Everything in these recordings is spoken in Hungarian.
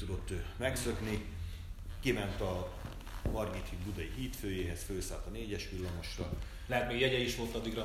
tudott ő megszökni, kiment a Margit híd budai hídfőjéhez, fölszállt a 4-es villamosra. Lehet még jegye is volt addigra.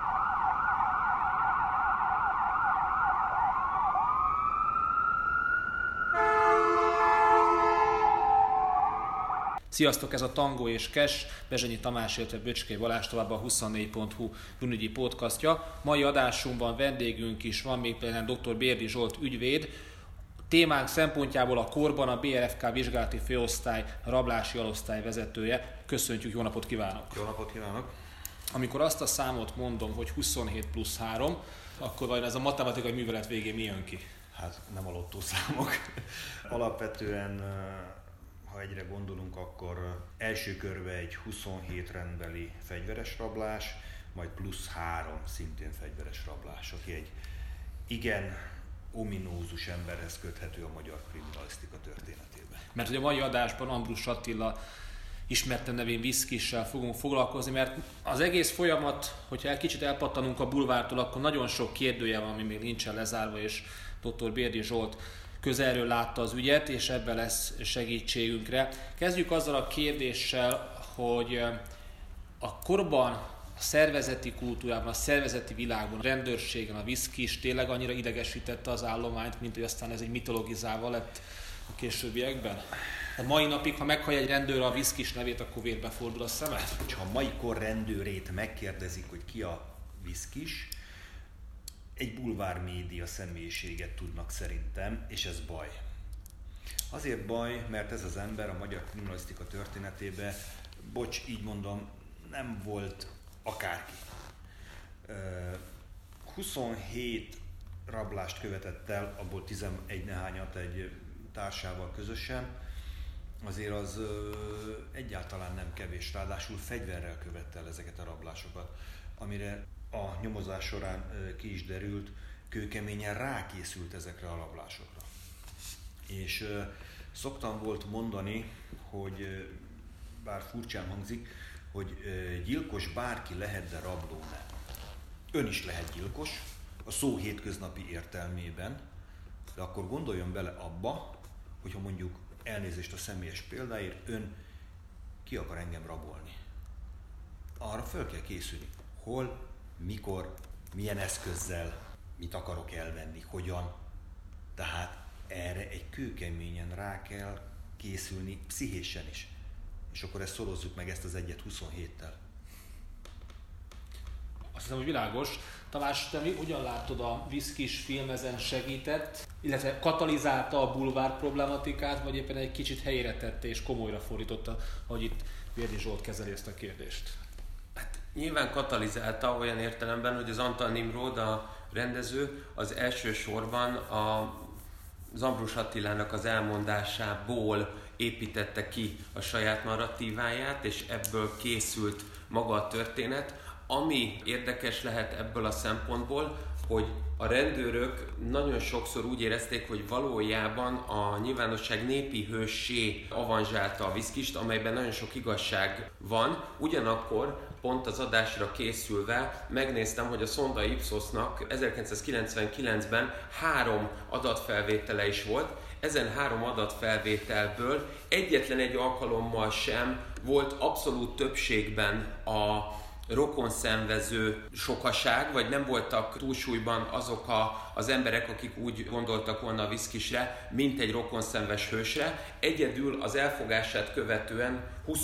Sziasztok, ez a Tango és Cash, Bezsenyi Tamás, illetve Böcskei Balázs, tovább a 24.hu bűnügyi podcastja. Mai adásunkban vendégünk is van, még például dr. Bérdi Zsolt ügyvéd. Témánk szempontjából a korban a BRFK vizsgálati főosztály rablási alosztály vezetője. Köszöntjük, jó napot kívánok! Jó napot kívánok! Amikor azt a számot mondom, hogy 27 plusz 3, akkor vajon ez a matematikai művelet végén mi jön ki? Hát nem a lottószámok. Alapvetően, ha egyre gondolunk, akkor első körbe egy 27 rendbeli fegyveres rablás, majd plusz 3 szintén fegyveres rablás, aki egy igen ominózus emberhez köthető a magyar kriminalisztika történetében. Mert hogy a mai adásban Ambrus Attila ismerten nevén Viszkissel fogunk foglalkozni, mert az egész folyamat, hogyha egy kicsit elpattanunk a bulvártól, akkor nagyon sok kérdője van, ami még nincsen lezárva, és dr. Bérdi Zsolt közelről látta az ügyet, és ebben lesz segítségünkre. Kezdjük azzal a kérdéssel, hogy a korban, a szervezeti kultúrában, a szervezeti világban, a rendőrségen a viszkis tényleg annyira idegesítette az állományt, mint hogy aztán ez egy mitologizálva lett a későbbiekben? A mai napig, ha meghallja egy rendőr a viszkis nevét, akkor vérbe fordul a szemed? Ha a mai kor rendőrét megkérdezik, hogy ki a viszkis, egy bulvár média személyiséget tudnak szerintem, és ez baj. Azért baj, mert ez az ember a magyar kriminalisztika történetében, bocs, így mondom, nem volt akárki. 27 rablást követett el, abból 11 nehányat egy társával közösen, azért az egyáltalán nem kevés, ráadásul fegyverrel követte el ezeket a rablásokat, amire a nyomozás során ki is derült, kőkeményen rákészült ezekre a rablásokra. És szoktam volt mondani, hogy bár furcsán hangzik, hogy gyilkos bárki lehet, de rabló nem. Ön is lehet gyilkos, a szó hétköznapi értelmében, de akkor gondoljon bele abba, hogyha mondjuk elnézést a személyes példáért, ön ki akar engem rabolni. Arra föl kell készülni. Hol, mikor, milyen eszközzel, mit akarok elvenni, hogyan. Tehát erre egy kőkeményen rá kell készülni pszichésen is. És akkor ezt szorozzuk meg ezt az egyet 27-tel. Azt hiszem, hogy világos. Tamás, te hogyan látod, a viszkis film ezen segített, illetve katalizálta a bulvár problematikát, vagy éppen egy kicsit helyére tette és komolyra fordította, hogy itt Bérdi Zsolt kezeli ezt a kérdést? Hát nyilván katalizálta olyan értelemben, hogy az Antal Nimród, a rendező, az elsősorban az Ambrus Attilának az elmondásából építette ki a saját narratíváját, és ebből készült maga a történet. Ami érdekes lehet ebből a szempontból, hogy a rendőrök nagyon sokszor úgy érezték, hogy valójában a nyilvánosság népi hőssé avanzsálta a viszkist, amelyben nagyon sok igazság van. Ugyanakkor pont az adásra készülve megnéztem, hogy a Sonda Ipsosnak 1999-ben 3 adatfelvétele is volt. Ezen 3 adatfelvételből egyetlen egy alkalommal sem volt abszolút többségben a rokonszenvező sokaság, vagy nem voltak túlsúlyban azok az emberek, akik úgy gondoltak volna a viszkisre, mint egy rokonszenves hősre. Egyedül az elfogását követően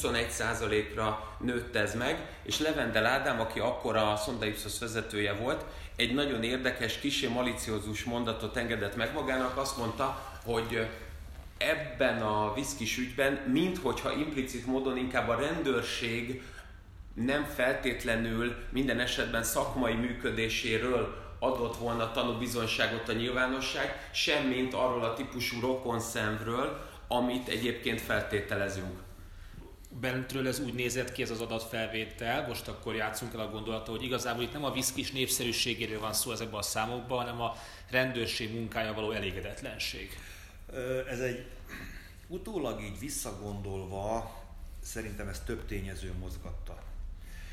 21%-ra nőtt ez meg, és Levendel Ádám, aki akkor a Sonda Ipsos vezetője volt, egy nagyon érdekes, kissé maliciózus mondatot engedett meg magának, azt mondta, hogy ebben a viszkis ügyben, minthogyha implicit módon inkább a rendőrség nem feltétlenül minden esetben szakmai működéséről adott volna tanúbizonyságot a nyilvánosság, semmint arról a típusú rokonszenvről, amit egyébként feltételezünk. Bentről ez úgy nézett ki ez az adatfelvétel, most akkor játszunk el a gondolatot, hogy igazából itt nem a viszkis népszerűségéről van szó ezekben a számokban, hanem a rendőrség munkája való elégedetlenség. Ez egy utólag így visszagondolva, szerintem ez több tényező mozgatta.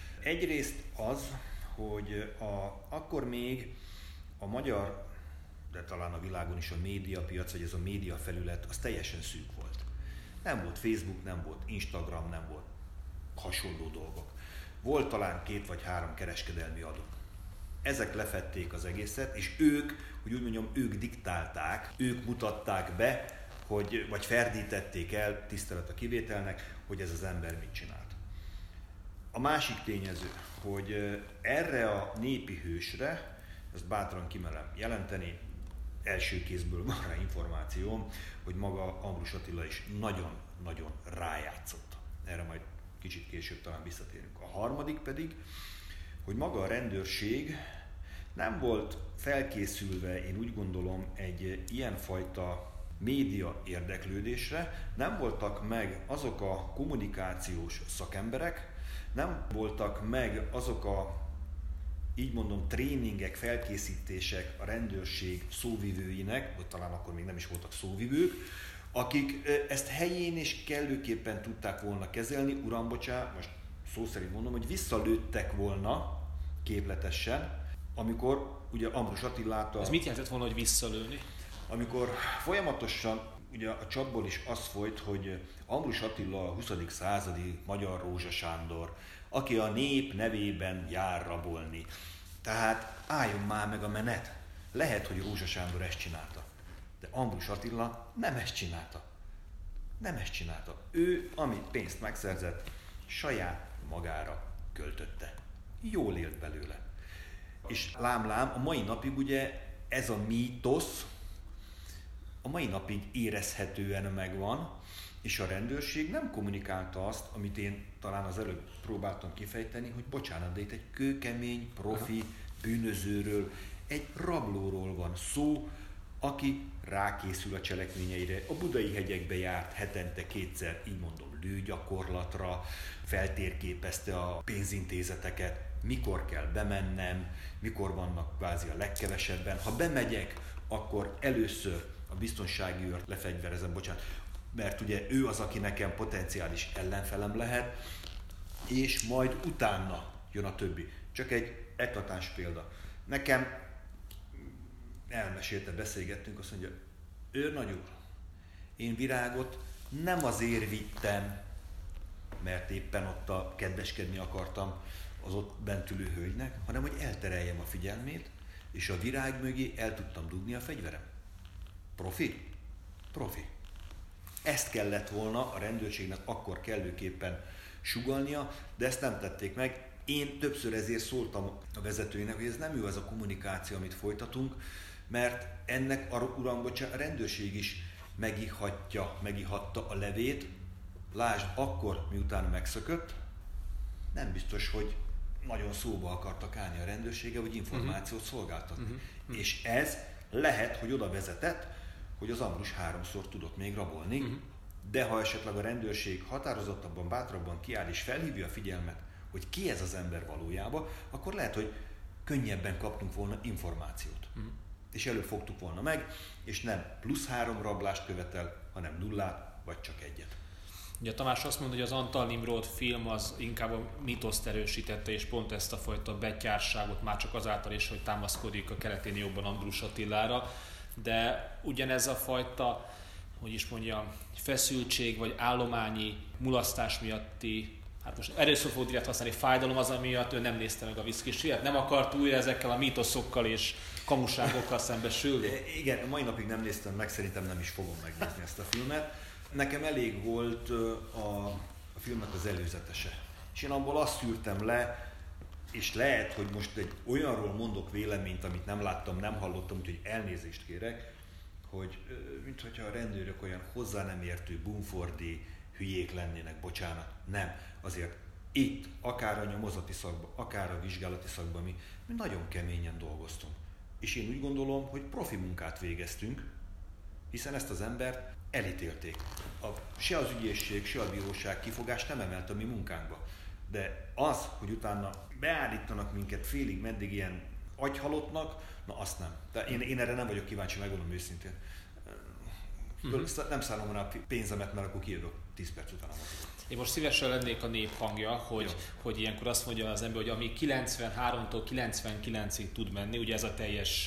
Egyrészt az, hogy akkor még a magyar de talán a világon is a médiapiac, vagy ez a média felület, az teljesen szűk volt. Nem volt Facebook, nem volt Instagram, nem volt hasonló dolgok. Volt talán 2 vagy 3 kereskedelmi adó. Ezek lefették az egészet, és ők, hogy úgy mondjam, ők diktálták, ők mutatták be, vagy ferdítették el, tisztelet a kivételnek, hogy ez az ember mit csinált. A másik tényező, hogy erre a népi hősre, ezt bátran kimerem jelenteni, első kézből van rá információm, hogy maga Ambrus Attila is nagyon-nagyon rájátszott. Erre majd kicsit később talán visszatérünk. A harmadik pedig, hogy maga a rendőrség nem volt felkészülve, én úgy gondolom, egy ilyenfajta média érdeklődésre, nem voltak meg azok a kommunikációs szakemberek, nem voltak meg azok a, így mondom, tréningek, felkészítések a rendőrség szóvivőinek, vagy talán akkor még nem is voltak szóvivők, akik ezt helyén és kellőképpen tudták volna kezelni, uram, bocsánat, most szó szerint mondom, hogy visszalőttek volna képletesen, amikor ugye Ambrus Attilát Ez mit jelentett volna, hogy visszalőni? Amikor folyamatosan, ugye a csapból is az folyt, hogy Ambrus Attila a 20. századi magyar Rózsa Sándor, aki a nép nevében jár rabolni. Tehát álljon már meg a menet. Lehet, hogy Rózsa Sándor ezt csinálta, de Ambrus Attila nem ezt csinálta. Nem ezt csinálta. Ő, amit pénzt megszerzett, saját magára költötte. Jól élt belőle. És lám-lám, a mai napig ugye ez a mítosz a mai napig érezhetően megvan, és a rendőrség nem kommunikálta azt, amit én talán az előbb próbáltam kifejteni, hogy bocsánat, de itt egy kőkemény, profi bűnözőről, egy rablóról van szó, aki rákészül a cselekményeire. A Budai hegyekbe járt hetente 2-szer, így mondom, lőgyakorlatra, feltérképezte a pénzintézeteket, mikor kell bemennem, mikor vannak kvázi a legkevesebben. Ha bemegyek, akkor először a biztonsági őrt lefegyverezem, bocsánat, mert ugye ő az, aki nekem potenciális ellenfelem lehet, és majd utána jön a többi. Csak egy eklatáns példa. Nekem elmesélte, beszélgettünk, azt mondja, őrnagy úr, én Virágot nem azért vittem, mert éppen ott kedveskedni akartam az ott bent ülő hölgynek, hanem hogy eltereljem a figyelmét, és a Virág mögé el tudtam dugni a fegyverem. Profi? Profi. Ezt kellett volna a rendőrségnek akkor kellőképpen sugallnia, de ezt nem tették meg. Én többször ezért szóltam a vezetőinek, hogy ez nem jó az a kommunikáció, amit folytatunk, mert ennek a rendőrség is megihatta a levét. Lásd, akkor, miután megszökött, nem biztos, hogy nagyon szóba akartak állni a rendőrsége, hogy információt szolgáltatni. És ez lehet, hogy oda vezetett, hogy az Ambrus 3-szor tudott még rabolni, de ha esetleg a rendőrség határozottabban, bátrabban kiáll és felhívja a figyelmet, hogy ki ez az ember valójában, akkor lehet, hogy könnyebben kaptunk volna információt. És előbb fogtuk volna meg, és nem +3 rablást követel, hanem 0 vagy csak 1. Ugye Tamás azt mondja, hogy az Antal Nimrod film az inkább a mitoszt erősítette, és pont ezt a fajta betyárságot már csak azáltal is, hogy támaszkodik a keletén jobban Ambrus Attilára, de ugyanez a fajta, hogy is mondjam, feszültség vagy állományi mulasztás miatti, hát most erőször fogod ilyet használni, fájdalom az, amiatt ő nem nézte meg a Viszkis fiát, nem akart újra ezekkel a mítoszokkal és kamuságokkal szembesülni. Igen, mai napig nem néztem meg, szerintem nem is fogom megnézni ezt a filmet. Nekem elég volt a filmnek az előzetese. És én abból azt szűrtem le, és lehet, hogy most egy olyanról mondok véleményt, amit nem láttam, nem hallottam, úgyhogy elnézést kérek, hogy minthogyha a rendőrök olyan hozzá nem értő, bumfordi hülyék lennének, bocsánat. Nem. Azért itt, akár a nyomozati szakban, akár a vizsgálati szakban mi nagyon keményen dolgoztunk. És én úgy gondolom, hogy profi munkát végeztünk, hiszen ezt az embert elítélték. Se az ügyészség, se a bíróság kifogást nem emelt a mi munkánkba. De az, hogy utána beállítanak minket félig meddig ilyen agyhalottnak, na azt nem. De én erre nem vagyok kíváncsi, megmondom őszintén. Nem szállom volna a pénzemet, mert akkor kijövök 10 perc után a motorot. Én most szívesen lennék a nép hangja, hogy ilyenkor azt mondja az ember, hogy ami 93-tól 99-ig tud menni, ugye ez a teljes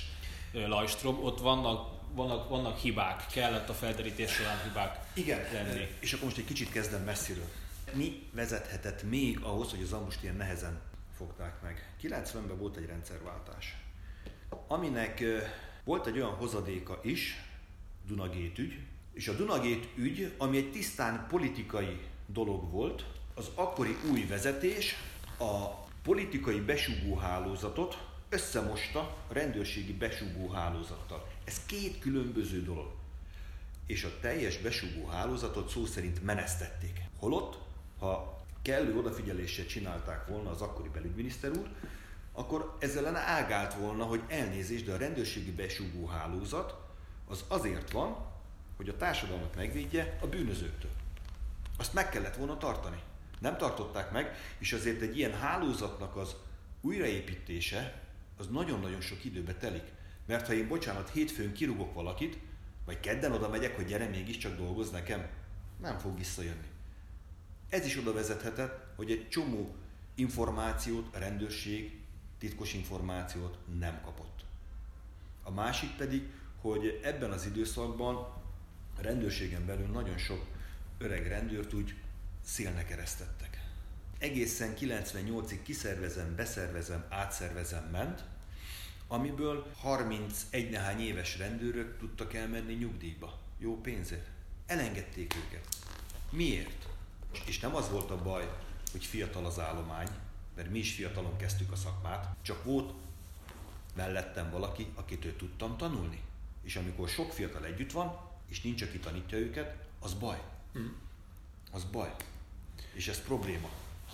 Lajstrom, ott vannak hibák, kellett a felderítés során hibák lenni. És akkor most egy kicsit kezdem messziről. Mi vezethetett még ahhoz, hogy az Ambrust ilyen nehezen fogták meg? 90-ben volt egy rendszerváltás, aminek volt egy olyan hozadéka is, Duna-Gate ügy, és a Duna-Gate ügy, ami egy tisztán politikai dolog volt, az akkori új vezetés a politikai besugó hálózatot összemosta a rendőrségi besugó hálózattal. Ez két különböző dolog. És a teljes besugó hálózatot szó szerint menesztették. Holott, ha kellő odafigyeléssel csinálták volna az akkori belügyminiszter úr, akkor ezzel ellen ágált volna, hogy elnézést, de a rendőrségi besugó hálózat az azért van, hogy a társadalmat megvédje a bűnözőktől. Azt meg kellett volna tartani. Nem tartották meg, és azért egy ilyen hálózatnak az újraépítése az nagyon-nagyon sok időbe telik. Mert ha én, hétfőn kirúgok valakit, vagy kedden oda megyek, hogy gyere, mégiscsak dolgozz nekem, nem fog visszajönni. Ez is oda vezethetett, hogy egy csomó információt a rendőrség, titkos információt nem kapott. A másik pedig, hogy ebben az időszakban a rendőrségen belül nagyon sok öreg rendőrt úgy szélnek eresztettek. Egészen 98-ig kiszervezem, beszervezem, átszervezem ment, amiből 31 nehány éves rendőrök tudtak elmenni nyugdíjba. Jó pénzért. Elengedték őket. Miért? És nem az volt a baj, hogy fiatal az állomány, mert mi is fiatalon kezdtük a szakmát, csak volt mellettem valaki, akitől tudtam tanulni. És amikor sok fiatal együtt van, és nincs, aki tanítja őket, az baj. Az baj. És ez probléma.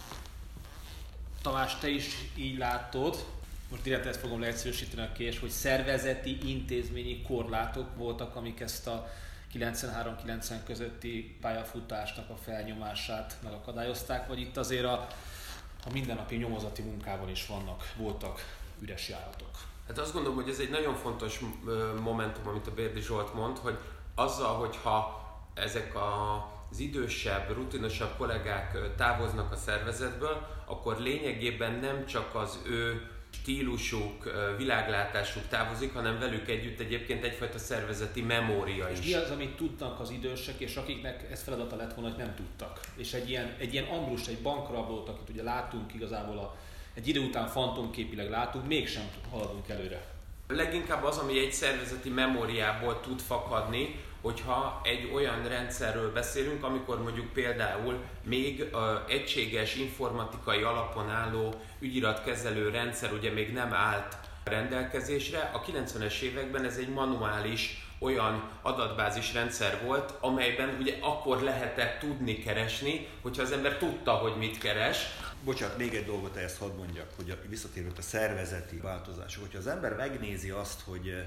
Tamás, te is így látod, most direkt ezt fogom leegyszerűsíteni a kérdést, hogy szervezeti, intézményi korlátok voltak, amik ezt a 93-90 közötti pályafutásnak a felnyomását megakadályozták, vagy itt azért a mindennapi nyomozati munkában is voltak üres járatok? Hát azt gondolom, hogy ez egy nagyon fontos momentum, amit a Bérdi Zsolt mond, hogy azzal, hogyha ezek az idősebb, rutinosabb kollégák távoznak a szervezetből, akkor lényegében nem csak az ő stílusuk, világlátásuk távozik, hanem velük együtt egyébként egyfajta szervezeti memória is. És mi az, amit tudnak az idősek, és akiknek ez feladata lett volna, hogy nem tudtak? És egy ilyen Ambrust, egy bankrablót, akit ugye látunk igazából, egy idő után fantomképileg látunk, mégsem haladunk előre. Leginkább az, ami egy szervezeti memóriából tud fakadni, hogyha egy olyan rendszerről beszélünk, amikor mondjuk például még egységes informatikai alapon álló ügyiratkezelő rendszer ugye még nem állt rendelkezésre. A 90-es években ez egy manuális olyan adatbázis rendszer volt, amelyben ugye akkor lehetett tudni keresni, hogyha az ember tudta, hogy mit keres. Bocsánat, még egy dolgot ehhez hadd mondjak, hogy visszatérőt a szervezeti változások. Hogyha az ember megnézi azt, hogy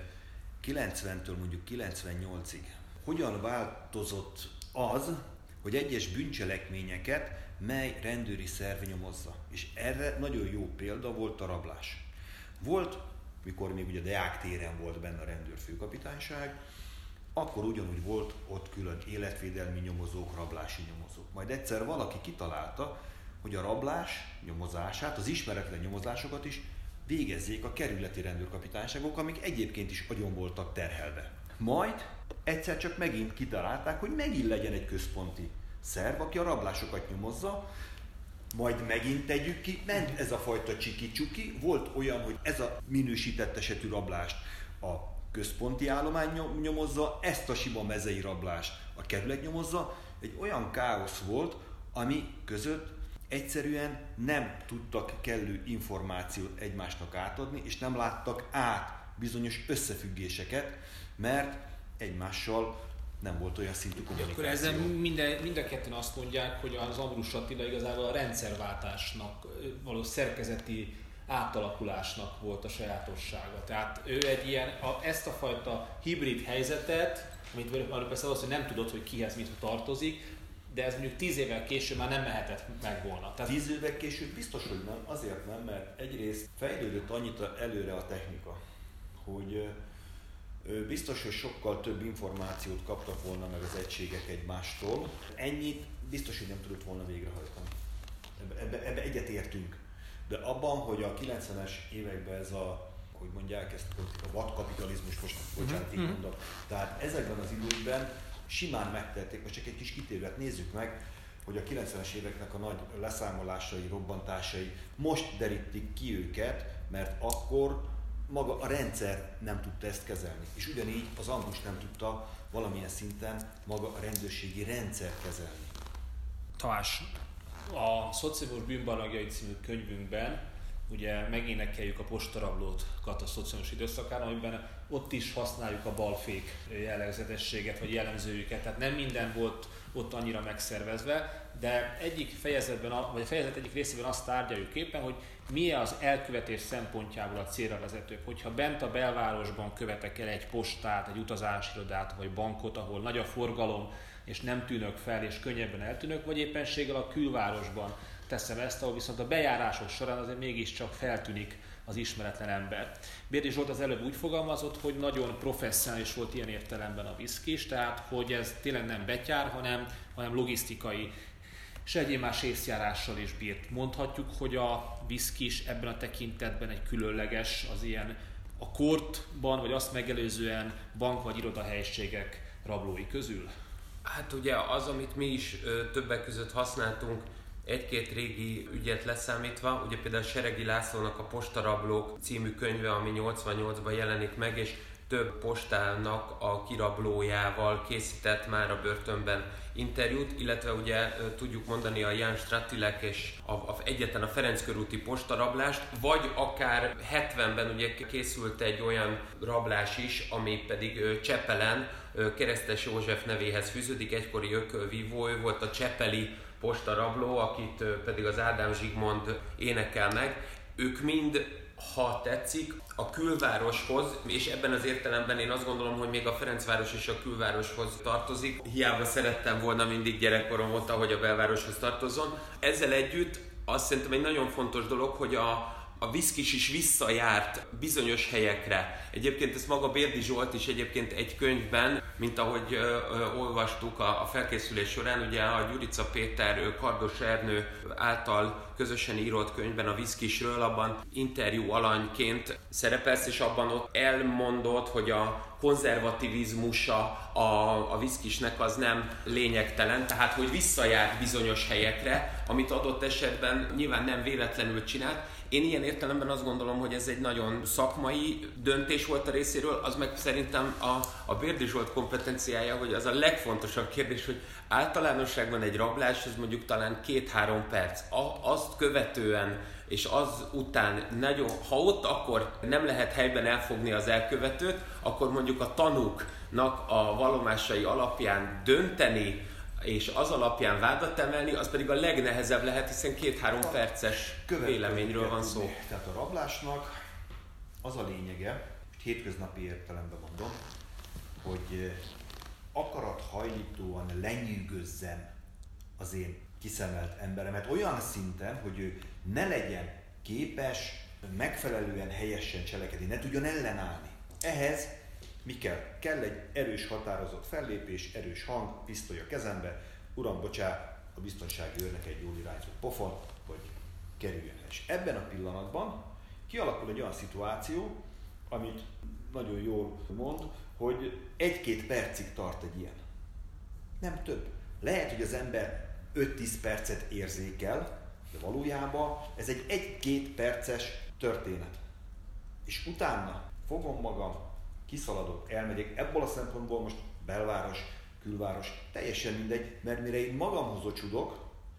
90-től mondjuk 98-ig hogyan változott az, hogy egyes bűncselekményeket mely rendőri szerv nyomozza. És erre nagyon jó példa volt a rablás. Volt, mikor még ugye Deák téren volt benne a rendőrfőkapitányság, akkor ugyanúgy volt ott külön életvédelmi nyomozók, rablási nyomozók. Majd egyszer valaki kitalálta, hogy a rablás nyomozását, az ismeretlen nyomozásokat is végezzék a kerületi rendőrkapitányságok, amik egyébként is agyon voltak terhelve. Majd egyszer csak megint kitalálták, hogy megint legyen egy központi szerv, aki a rablásokat nyomozza, majd megint tegyük ki, ment ez a fajta csiki-csuki, volt olyan, hogy ez a minősített esetű rablást a központi állomány nyomozza, ezt a sima mezei rablást a kerület nyomozza, egy olyan káosz volt, ami között egyszerűen nem tudtak kellő információt egymásnak átadni, és nem láttak át bizonyos összefüggéseket, mert egymással nem volt olyan szintű kommunikáció. Akkor ezzel mind a ketten azt mondják, hogy az Ambrus Attila igazából a rendszerváltásnak, való szerkezeti átalakulásnak volt a sajátossága. Tehát ő egy ilyen, ezt a fajta hibrid helyzetet, amit persze az, hogy nem tudod, hogy kihez mit tartozik, de ez mondjuk 10 évvel később már nem mehetett meg volna. Tehát 10 évvel később biztos, hogy nem, azért nem, mert egyrészt fejlődött annyit előre a technika, hogy biztos, hogy sokkal több információt kaptak volna meg az egységek egymástól. Ennyit biztos, hogy nem tudott volna végrehajtani. Ebbe egyetértünk. De abban, hogy a 90-es években ez a hogy mondják ezt a vadkapitalizmus, most bocsánat, így mondom. Tehát ezekben az időkben simán megtették, most csak egy kis kitérőt nézzük meg, hogy a 90-es éveknek a nagy leszámolásai, robbantásai most derítik ki őket, mert akkor maga a rendszer nem tudta ezt kezelni. És ugyanígy az Ambrus nem tudta valamilyen szinten maga a rendőrségi rendszer kezelni. Tamás, a Szocializmus bűnbarlangjai című könyvünkben ugye megénekeljük a postarablókat a szocializmus időszakán, amiben ott is használjuk a balfék jellegzetességet vagy jellemzőjüket. Tehát nem minden volt ott annyira megszervezve, de egyik fejezetben, vagy a fejezet egyik részében azt tárgyaljuk éppen, hogy milyen az elkövetés szempontjából a célra vezetők. Hogyha bent a belvárosban követek el egy postát, egy utazásirodát vagy bankot, ahol nagy a forgalom, és nem tűnök fel, és könnyebben eltűnök, vagy éppenséggel a külvárosban teszem ezt, ahol viszont a bejárások során azért mégiscsak feltűnik az ismeretlen ember. Bérdi Zsolt az előbb úgy fogalmazott, hogy nagyon professzionális volt ilyen értelemben a viszkis, tehát hogy ez tényleg nem betyár, hanem logisztikai és egyéb más észjárással is bírt. Mondhatjuk, hogy a viszkis ebben a tekintetben egy különleges, az ilyen a kortban, vagy azt megelőzően bank vagy irodahelyiségek rablói közül? Hát ugye az, amit mi is többek között használtunk, egy-két régi ügyet leszámítva, ugye például Seregi Lászlónak a Postarablók című könyve, ami 88-ban jelenik meg, és több postának a kirablójával készített már a börtönben interjút, illetve ugye tudjuk mondani a Jan Stratilek és egyetlen a Ferenc körúti postarablást, vagy akár 70-ben ugye készült egy olyan rablás is, ami pedig Csepelen Keresztes József nevéhez fűződik, egykori ökölvívó, ő volt a csepeli postarabló, akit pedig az Ádám Zsigmond énekel meg. Ők mind, ha tetszik, a külvároshoz, és ebben az értelemben én azt gondolom, hogy még a Ferencváros is a külvároshoz tartozik. Hiába szerettem volna mindig gyerekkorom óta, hogy a belvároshoz tartozzon. Ezzel együtt azt szerintem egy nagyon fontos dolog, hogy a viszkis is visszajárt bizonyos helyekre. Egyébként ezt maga Bérdi Zsolt is egyébként egy könyvben, mint ahogy olvastuk a felkészülés során, ugye a Gyurica Péter, Kardos Ernő által közösen írott könyvben a viszkisről, abban interjú alanyként szerepelsz, és abban ott elmondott, hogy a konzervativizmusa a viszkisnek az nem lényegtelen, tehát hogy visszajárt bizonyos helyekre, amit adott esetben nyilván nem véletlenül csinált. Én ilyen értelemben azt gondolom, hogy ez egy nagyon szakmai döntés volt a részéről, az meg szerintem a Bérdi Zsolt kompetenciája, hogy az a legfontosabb kérdés, hogy általánosságban egy rablás, az mondjuk talán 2-3 perc. Azt követően és az után nagyon, ha ott akkor nem lehet helyben elfogni az elkövetőt, akkor mondjuk a tanúknak a vallomásai alapján dönteni, és az alapján vádat emelni, az pedig a legnehezebb lehet, hiszen 2-3 perces véleményről van szó. Tehát a rablásnak az a lényege, hétköznapi értelemben mondom, hogy akarathajlítóan lenyűgözzem az én kiszemelt emberemet olyan szinten, hogy ő ne legyen képes megfelelően helyesen cselekedni, ne tudjon ellenállni. Ehhez mi kell? Kell egy erős, határozott fellépés, erős hang, pisztoly a kezembe, uram, bocsá, a biztonsági őrnek egy jól irányzott pofon, hogy kerüljön el. És ebben a pillanatban kialakul egy olyan szituáció, amit nagyon jól mond, hogy 1-2 percig tart egy ilyen. Nem több. Lehet, hogy az ember 5-10 percet érzékel, de valójában ez egy 1-2 perces történet. És utána fogom magam, kiszaladok, elmegyek, ebből a szempontból most belváros, külváros, teljesen mindegy, mert mire én magamhoz ocsudok,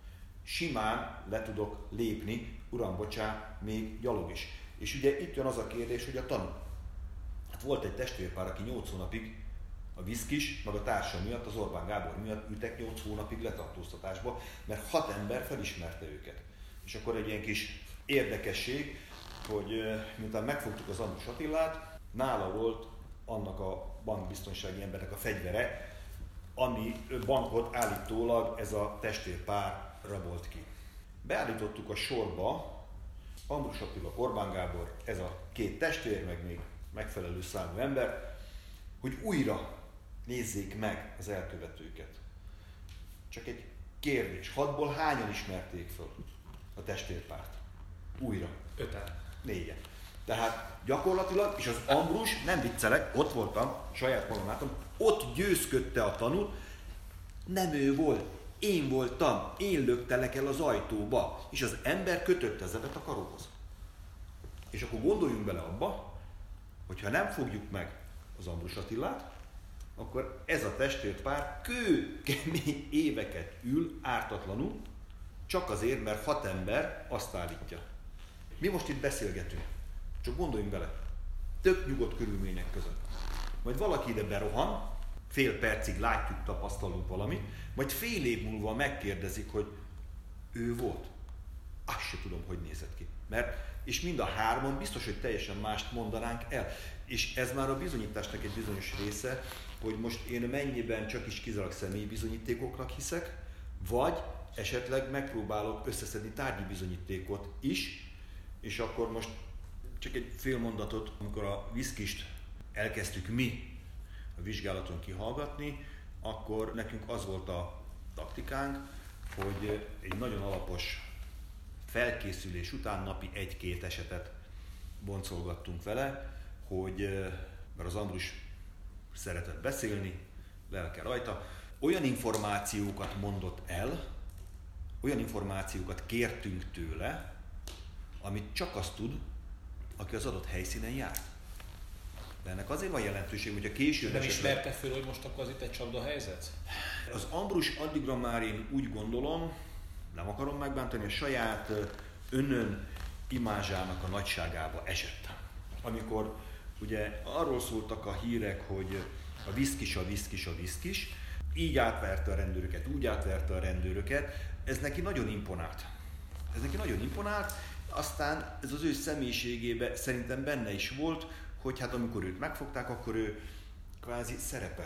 simán le tudok lépni, uram, bocsá, még gyalog is. És ugye itt jön az a kérdés, hogy a tanú. Hát volt egy testvérpár, aki 8 hónapig a viszkis, meg a társa miatt, az Orbán Gábor miatt ültek 8 hónapig letartóztatásba, mert 6 ember felismerte őket. És akkor egy ilyen kis érdekesség, hogy miután megfogtuk az Ambrus Attilát, nála volt annak a bankbiztonsági embernek a fegyvere, ami bankot állítólag ez a testvérpár rabolt ki. Beállítottuk a sorba Ambrus Attila, Orbán Gábor, ez a 2 testvér, meg még megfelelő számú ember, hogy újra nézzék meg az elkövetőket. Csak egy kérdés, 6-ból hányan ismerték föl a testvérpárt? Újra. 5-en. 4-en. Tehát gyakorlatilag, és az Ambrus, nem viccelek, ott voltam, saját magam látom, ott győzködte a tanút, nem ő volt, én voltam, én löktelek el az ajtóba, és az ember kötötte az ebet a karóhoz. És akkor gondoljunk bele abba, hogy ha nem fogjuk meg az Ambrus Attilát, akkor ez a testvérpár kőkemény éveket ül ártatlanul, csak azért, mert 6 ember azt állítja. Mi most itt beszélgetünk, csak gondoljunk bele, tök nyugodt körülmények között. Majd valaki ide berohan, fél percig látjuk, tapasztalunk valamit, majd fél év múlva megkérdezik, hogy ő volt. Azt se tudom, hogy nézett ki. És mind a 3 biztos, hogy teljesen mást mondanánk el. És ez már a bizonyításnak egy bizonyos része, hogy most én mennyiben csak is kizárólag személyi bizonyítékoknak hiszek, vagy esetleg megpróbálok összeszedni tárgyi bizonyítékot is, és akkor most csak egy fél mondatot, amikor a viszkist elkezdtük mi a vizsgálaton kihallgatni, akkor nekünk az volt a taktikánk, hogy egy nagyon alapos felkészülés után napi 1-2 esetet boncolgattunk vele, mert az Ambrus szeretett beszélni, lelke rajta, olyan információkat mondott el, olyan információkat kértünk tőle, amit csak azt tud, aki az adott helyszínen járt. De ennek azért van jelentőség, hogyha később... Nem ismerte föl, hogy most akkor az itt egy csapdahelyzet? Az Ambrus addigra már én úgy gondolom, nem akarom megbántani, a saját önön imázsának a nagyságába esett. Amikor ugye arról szóltak a hírek, hogy a viszkis, így átverte a rendőröket, úgy átverte a rendőröket, ez neki nagyon imponált. Aztán ez az ő személyiségében szerintem benne is volt, hogy hát amikor őt megfogták, akkor ő kvázi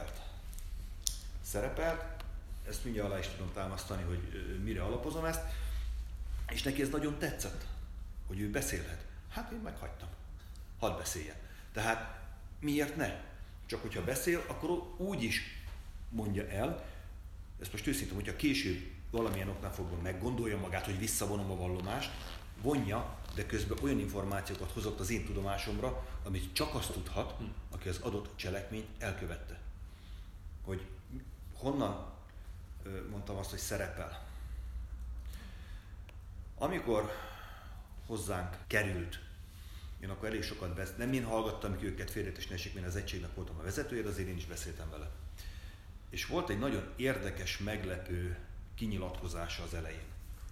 szerepelt, ezt mindjárt alá is tudom támasztani, hogy mire alapozom ezt, és neki ez nagyon tetszett, hogy ő beszélhet. Hát én meghagytam. Hadd beszéljen. Tehát miért ne? Csak hogyha beszél, akkor úgy is mondja el, ezt most őszintén, hogyha később valamilyen oknál fogva meggondolja magát, hogy visszavonom a vallomást, vonja, de közben olyan információkat hozott az én tudomásomra, amit csak azt tudhat, aki az adott cselekményt elkövette. Hogy honnan mondtam azt, hogy szerepel. Amikor hozzánk került, én akkor elég sokat nem én hallgattam ki őket, félreértés ne esik, én az egységnek voltam a vezetője, de azért én is beszéltem vele. És volt egy nagyon érdekes, meglepő kinyilatkozása az elején.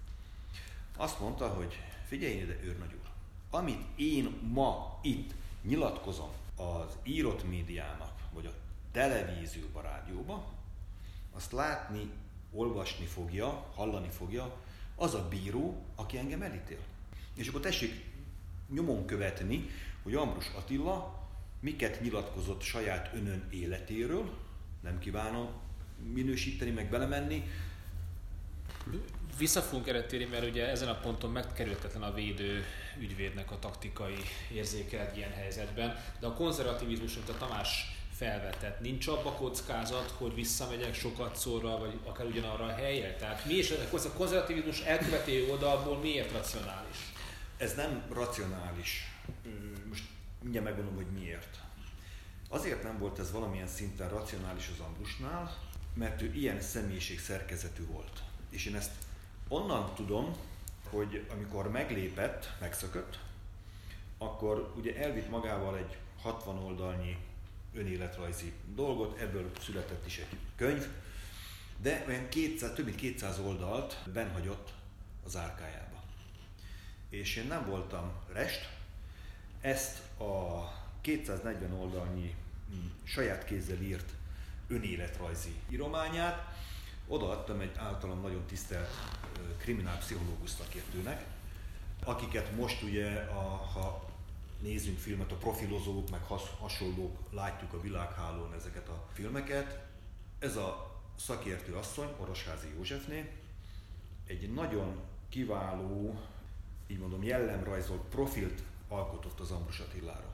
Azt mondta, hogy figyelj ide, őrnagy úr, amit én ma itt nyilatkozom az írott médiának, vagy a televízióba, rádióba, azt látni, olvasni fogja, hallani fogja az a bíró, aki engem elítél. És akkor tessék nyomon követni, hogy Ambrus Attila miket nyilatkozott saját önön életéről, nem kívánom minősíteni, meg belemenni. Vissza fogunk erre térni, mert ugye ezen a ponton megkerülhetetlen a védő ügyvédnek a taktikai érzéke egy ilyen helyzetben, de a konzervativizmus, amit a Tamás felvetett, nincs abba kockázat, hogy visszamegyek sokat szorra, vagy akár ugyanarra a helyre? Tehát mi is a konzervativizmus elkövető oldalból miért racionális? Ez nem racionális. Most mindjárt megmondom, hogy miért. Azért nem volt ez valamilyen szinten racionális az Ambrusnál, mert ő ilyen személyiség szerkezetű volt. És én ezt onnan tudom, hogy amikor megszökött, akkor ugye elvitt magával egy 60 oldalnyi önéletrajzi dolgot, ebből született is egy könyv, de olyan több mint 200 oldalt bennhagyott az árkájába. És én nem voltam rest, ezt a 240 oldalnyi saját kézzel írt önéletrajzi írományát odaadtam egy általam nagyon tisztelt kriminálpszichológus szakértőnek, akiket most ugye, ha nézzünk filmet, a profilozók, meg hasonlók, látjuk a világhálón ezeket a filmeket. Ez a szakértő asszony, Orosházi Józsefné, egy nagyon kiváló, így mondom, jellemrajzolt profilt alkotott az Ambrus Attilára.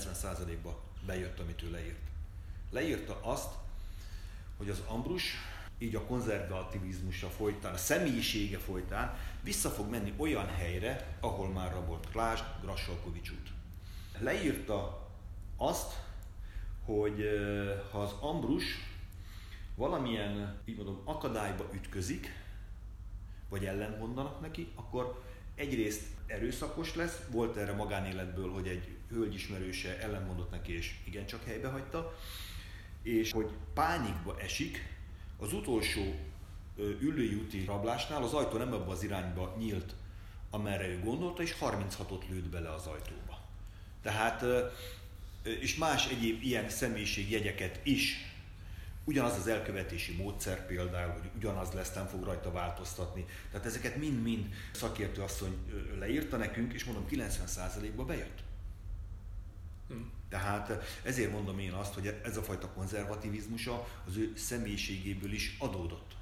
90%-ba bejött, amit ő leírt. Leírta azt, hogy az Ambrus így a konzervativizmusa folytán, a személyisége folytán vissza fog menni olyan helyre, ahol már rabolt. Lásd Grassalkovich út. Leírta azt, hogy ha az Ambrus valamilyen, így mondom, akadályba ütközik, vagy ellentmondanak neki, akkor egyrészt erőszakos lesz, volt erre magánéletből, hogy egy hölgyismerőse ellentmondott neki, és igencsak helybe hagyta, és hogy pánikba esik, az utolsó Üllői úti rablásnál az ajtó nem abba az irányba nyílt, amerre ő gondolta, és 36-ot lőtt bele az ajtóba. Tehát, és más egyéb ilyen személyiségjegyeket is. Ugyanaz az elkövetési módszer például, hogy ugyanaz lesz, nem fog rajta változtatni. Tehát ezeket mind-mind szakértő asszony leírta nekünk, és mondom, 90%-ba bejött. Tehát ezért mondom én azt, hogy ez a fajta konzervativizmusa az ő személyiségéből is adódott.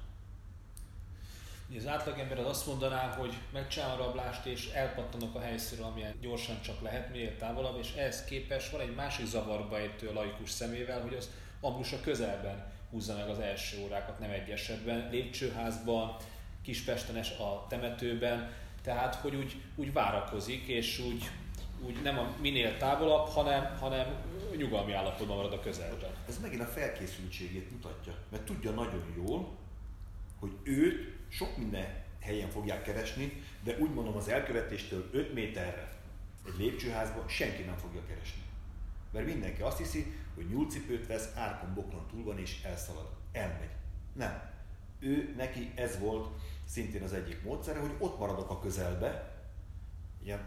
Az átlagember az azt mondaná, hogy megcsinálom a rablást és elpattanok a helyszínről, amilyen gyorsan csak lehet, miért távolabb, és ehhez képest van egy másik zavarba ejtő a laikus szemével, hogy az Ambrus a közelben húzza meg az első órákat, nem egy esetben, lépcsőházban, Kispesten a temetőben, tehát hogy úgy várakozik, és úgy nem a minél távolabb, hanem nyugalmi állapotban marad a közelben. Ez megint a felkészültségét mutatja, mert tudja nagyon jól, hogy őt sok minden helyen fogják keresni, de úgy mondom, az elkövetéstől 5 méterre egy lépcsőházban senki nem fogja keresni. Mert mindenki azt hiszi, hogy nyúlcipőt vesz, árkon boklon túl van és elszalad, elmegy. Nem. Neki ez volt szintén az egyik módszere, hogy ott maradok a közelbe, ilyen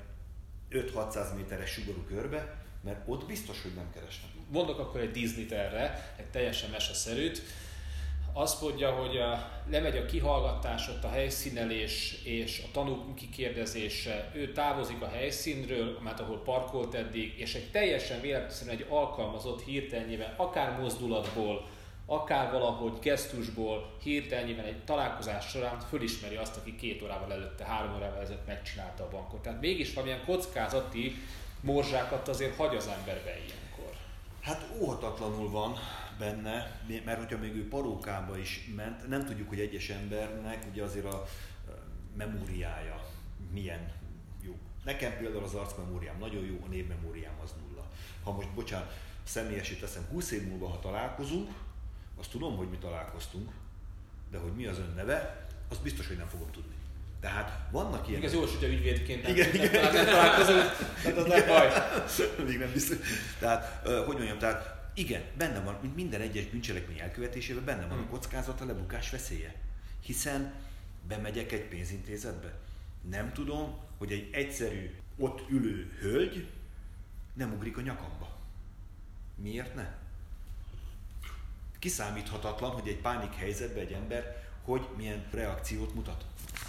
5-600 méteres sugarú körbe, mert ott biztos, hogy nem keresnek. Mondok akkor egy Disney-t erre, egy teljesen meseszerűt. Azt mondja, hogy lemegy a kihallgatás, ott a helyszínelés és a tanúk kikérdezése, ő távozik a helyszínről, mert ahol parkolt eddig, és egy teljesen véletlenül egy alkalmazott hirtelenjében, akár mozdulatból, akár valahogy gesztusból, hirtelenjében egy találkozás során fölismeri azt, aki 2 órával előtte, 3 órával ezelőtt megcsinálta a bankot. Tehát mégis valamilyen kockázati morzsákat azért hagy az emberbe ilyenkor. Hát óhatatlanul van benne, mert hogyha még ő parókába is ment, nem tudjuk, hogy egyes embernek ugye azért a memóriája milyen jó. Nekem például az arcmemóriám nagyon jó, a névmemóriám az 0. Ha most, bocsánat, személyesét teszem, 20 év múlva, ha találkozunk, azt tudom, hogy mi találkoztunk, de hogy mi az ön neve, azt biztos, hogy nem fogom tudni. Tehát vannak ilyen... Ez jó, hogyha ügyvédként nem találkozunk, tehát az nem baj. Még nem biztos. Tehát, hogy mondjam, tehát igen, benne van, mint minden egyes bűncselekmény elkövetésében benne van a kockázat, a lebukás veszélye. Hiszen bemegyek egy pénzintézetbe, nem tudom, hogy egy egyszerű, ott ülő hölgy nem ugrik a nyakamba. Miért ne? Kiszámíthatatlan, hogy egy pánik helyzetben egy ember hogy milyen reakciót mutat.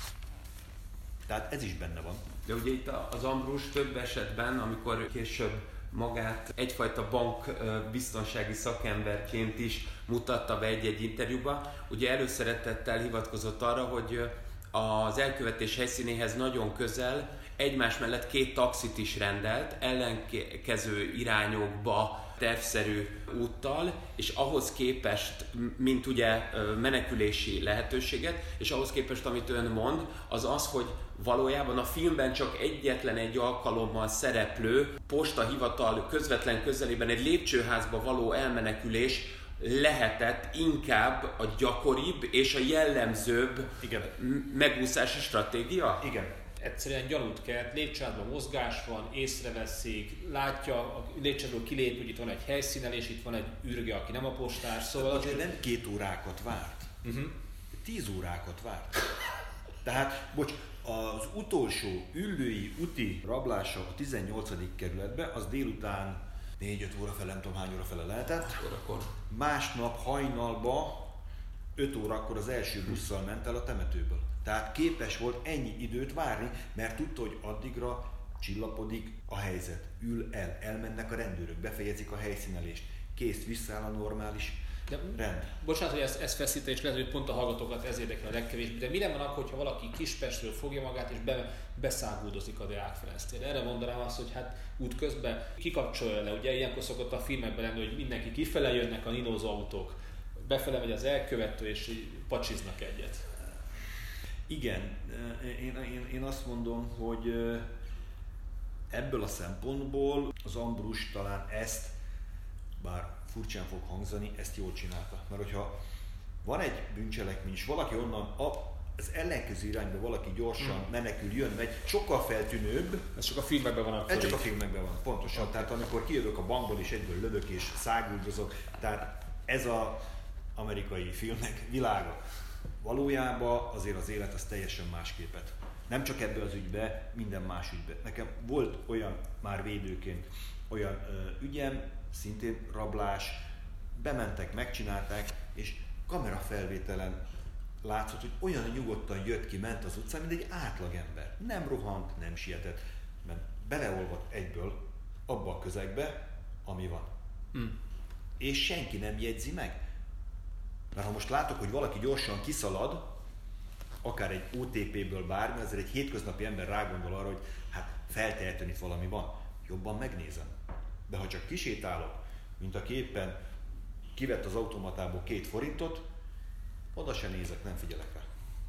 Tehát ez is benne van. De ugye itt az Ambrus több esetben, amikor később magát egyfajta bank biztonsági szakemberként is mutatta be egy-egy interjúba, ugye előszeretettel hivatkozott arra, hogy az elkövetés helyszínéhez nagyon közel egymás mellett 2 taxit is rendelt, ellenkező irányokba tervszerű úttal, és ahhoz képest, mint ugye menekülési lehetőséget, és ahhoz képest, amit ön mond, az az, hogy valójában a filmben csak egyetlen egy alkalommal szereplő postahivatal közvetlen közelében egy lépcsőházba való elmenekülés lehetett inkább a gyakoribb és a jellemzőbb megúszási stratégia? Igen. Egyszerűen gyanút kelt, lépcsőházban mozgás van, észreveszik, látja, a lépcsőházból kilép, hogy itt van egy helyszínelés, itt van egy ürge, aki nem a postás, szóval... Azért nem 2 órákat várt, 10 órákat várt. Tehát, bocs, az utolsó Üllői úti rablása a 18. kerületben, az délután 4-5 óra fele, nem tudom hány óra fele lehetett. Másnap hajnalba 5 órakor az első busszal ment el a temetőből. Tehát képes volt ennyi időt várni, mert tudta, hogy addigra csillapodik a helyzet. Ül el, elmennek a rendőrök, befejezik a helyszínelést, kész, visszaáll a normális rend. Bocsánat, hogy ez feszít, és lehet, hogy pont a hallgatókat ez érdekel a legkevésbé, de mire van akkor, hogyha valaki Kispestről fogja magát és beszáguldozik a Deák Ferenc térre? Erre mondanám azt, hogy hát útközben kikapcsolja le, ugye ilyenkor szokott a filmekben lenni, hogy mindenki kifele jönnek a ninózó autók, befele megy az elkövető, és így pacsiznak egyet. Igen, én azt mondom, hogy ebből a szempontból az Ambrus talán ezt, bár furcsán fog hangzani, ezt jól csinálta. Mert hogyha van egy bűncselekmény, és valaki onnan az ellenkező irányba valaki gyorsan menekül, jön, megy, sokkal feltűnőbb. Ez csak a filmekben van. Ez csak a filmekben van, pontosan. Tehát amikor kijövök a bankból és egyből lövök és száguldozok, tehát ez az amerikai filmek világa. Valójában azért az élet az teljesen másképet. Nem csak ebbe az ügybe, minden más ügybe. Nekem volt olyan már védőként olyan ügyem, szintén rablás, bementek, megcsinálták, és kamerafelvételen látszott, hogy olyan nyugodtan jött ki, ment az utcán, mint egy átlagember. Nem rohant, nem sietett, mert beleolvadt egyből abba a közegbe, ami van. És senki nem jegyzi meg. Mert ha most látok, hogy valaki gyorsan kiszalad, akár egy OTP-ből bármi, azért egy hétköznapi ember rágondol arra, hogy hát feltehetően itt valami van. Jobban megnézem. De ha csak kisétálok, mint aki éppen kivett az automatából 2 forintot, oda se nézek, nem figyelek rá.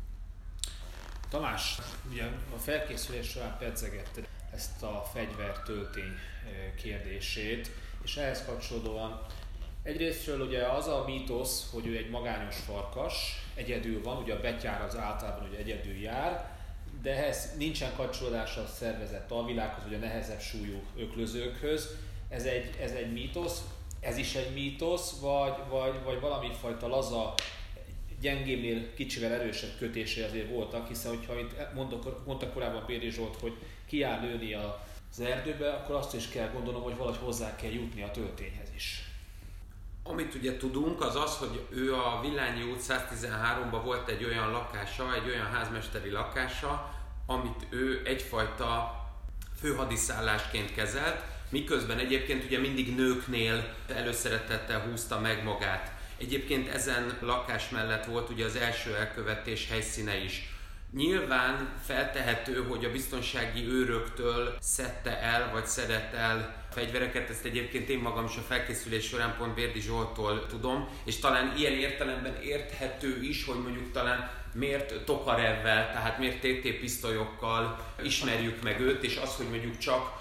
Tamás, ugye a felkészülés során pedzegette ezt a fegyvertöltény kérdését, és ehhez kapcsolódóan egyrésztről ugye az a mítosz, hogy ő egy magányos farkas, egyedül van, ugye a betyár az általában ugye egyedül jár, de ehhez nincsen kapcsolódása a szervezett alvilághoz, vagy a nehezebb súlyú öklözőkhöz. Ez egy mítosz, ez is egy mítosz, vagy valami fajta laza, gyengébbnél kicsivel erősebb kötései azért voltak, hiszen hogyha itt mondta korábban Béri Zsolt, hogy ki jár lőni az erdőbe, akkor azt is kell gondolnom, hogy valahogy hozzá kell jutni a töltényhez is. Amit ugye tudunk, az az, hogy ő a Villányi út 113-ban volt egy olyan lakása, egy olyan házmesteri lakása, amit ő egyfajta főhadiszállásként kezelt, miközben egyébként ugye mindig nőknél előszeretettel húzta meg magát. Egyébként ezen lakás mellett volt ugye az első elkövetés helyszíne is. Nyilván feltehető, hogy a biztonsági őröktől szedte el, vagy szedett el fegyvereket, ezt egyébként én magam is a felkészülés során pont Bérdi Zsolttól tudom, és talán ilyen értelemben érthető is, hogy mondjuk talán miért Tokarevvel, tehát miért TT pisztolyokkal ismerjük meg őt, és az, hogy mondjuk csak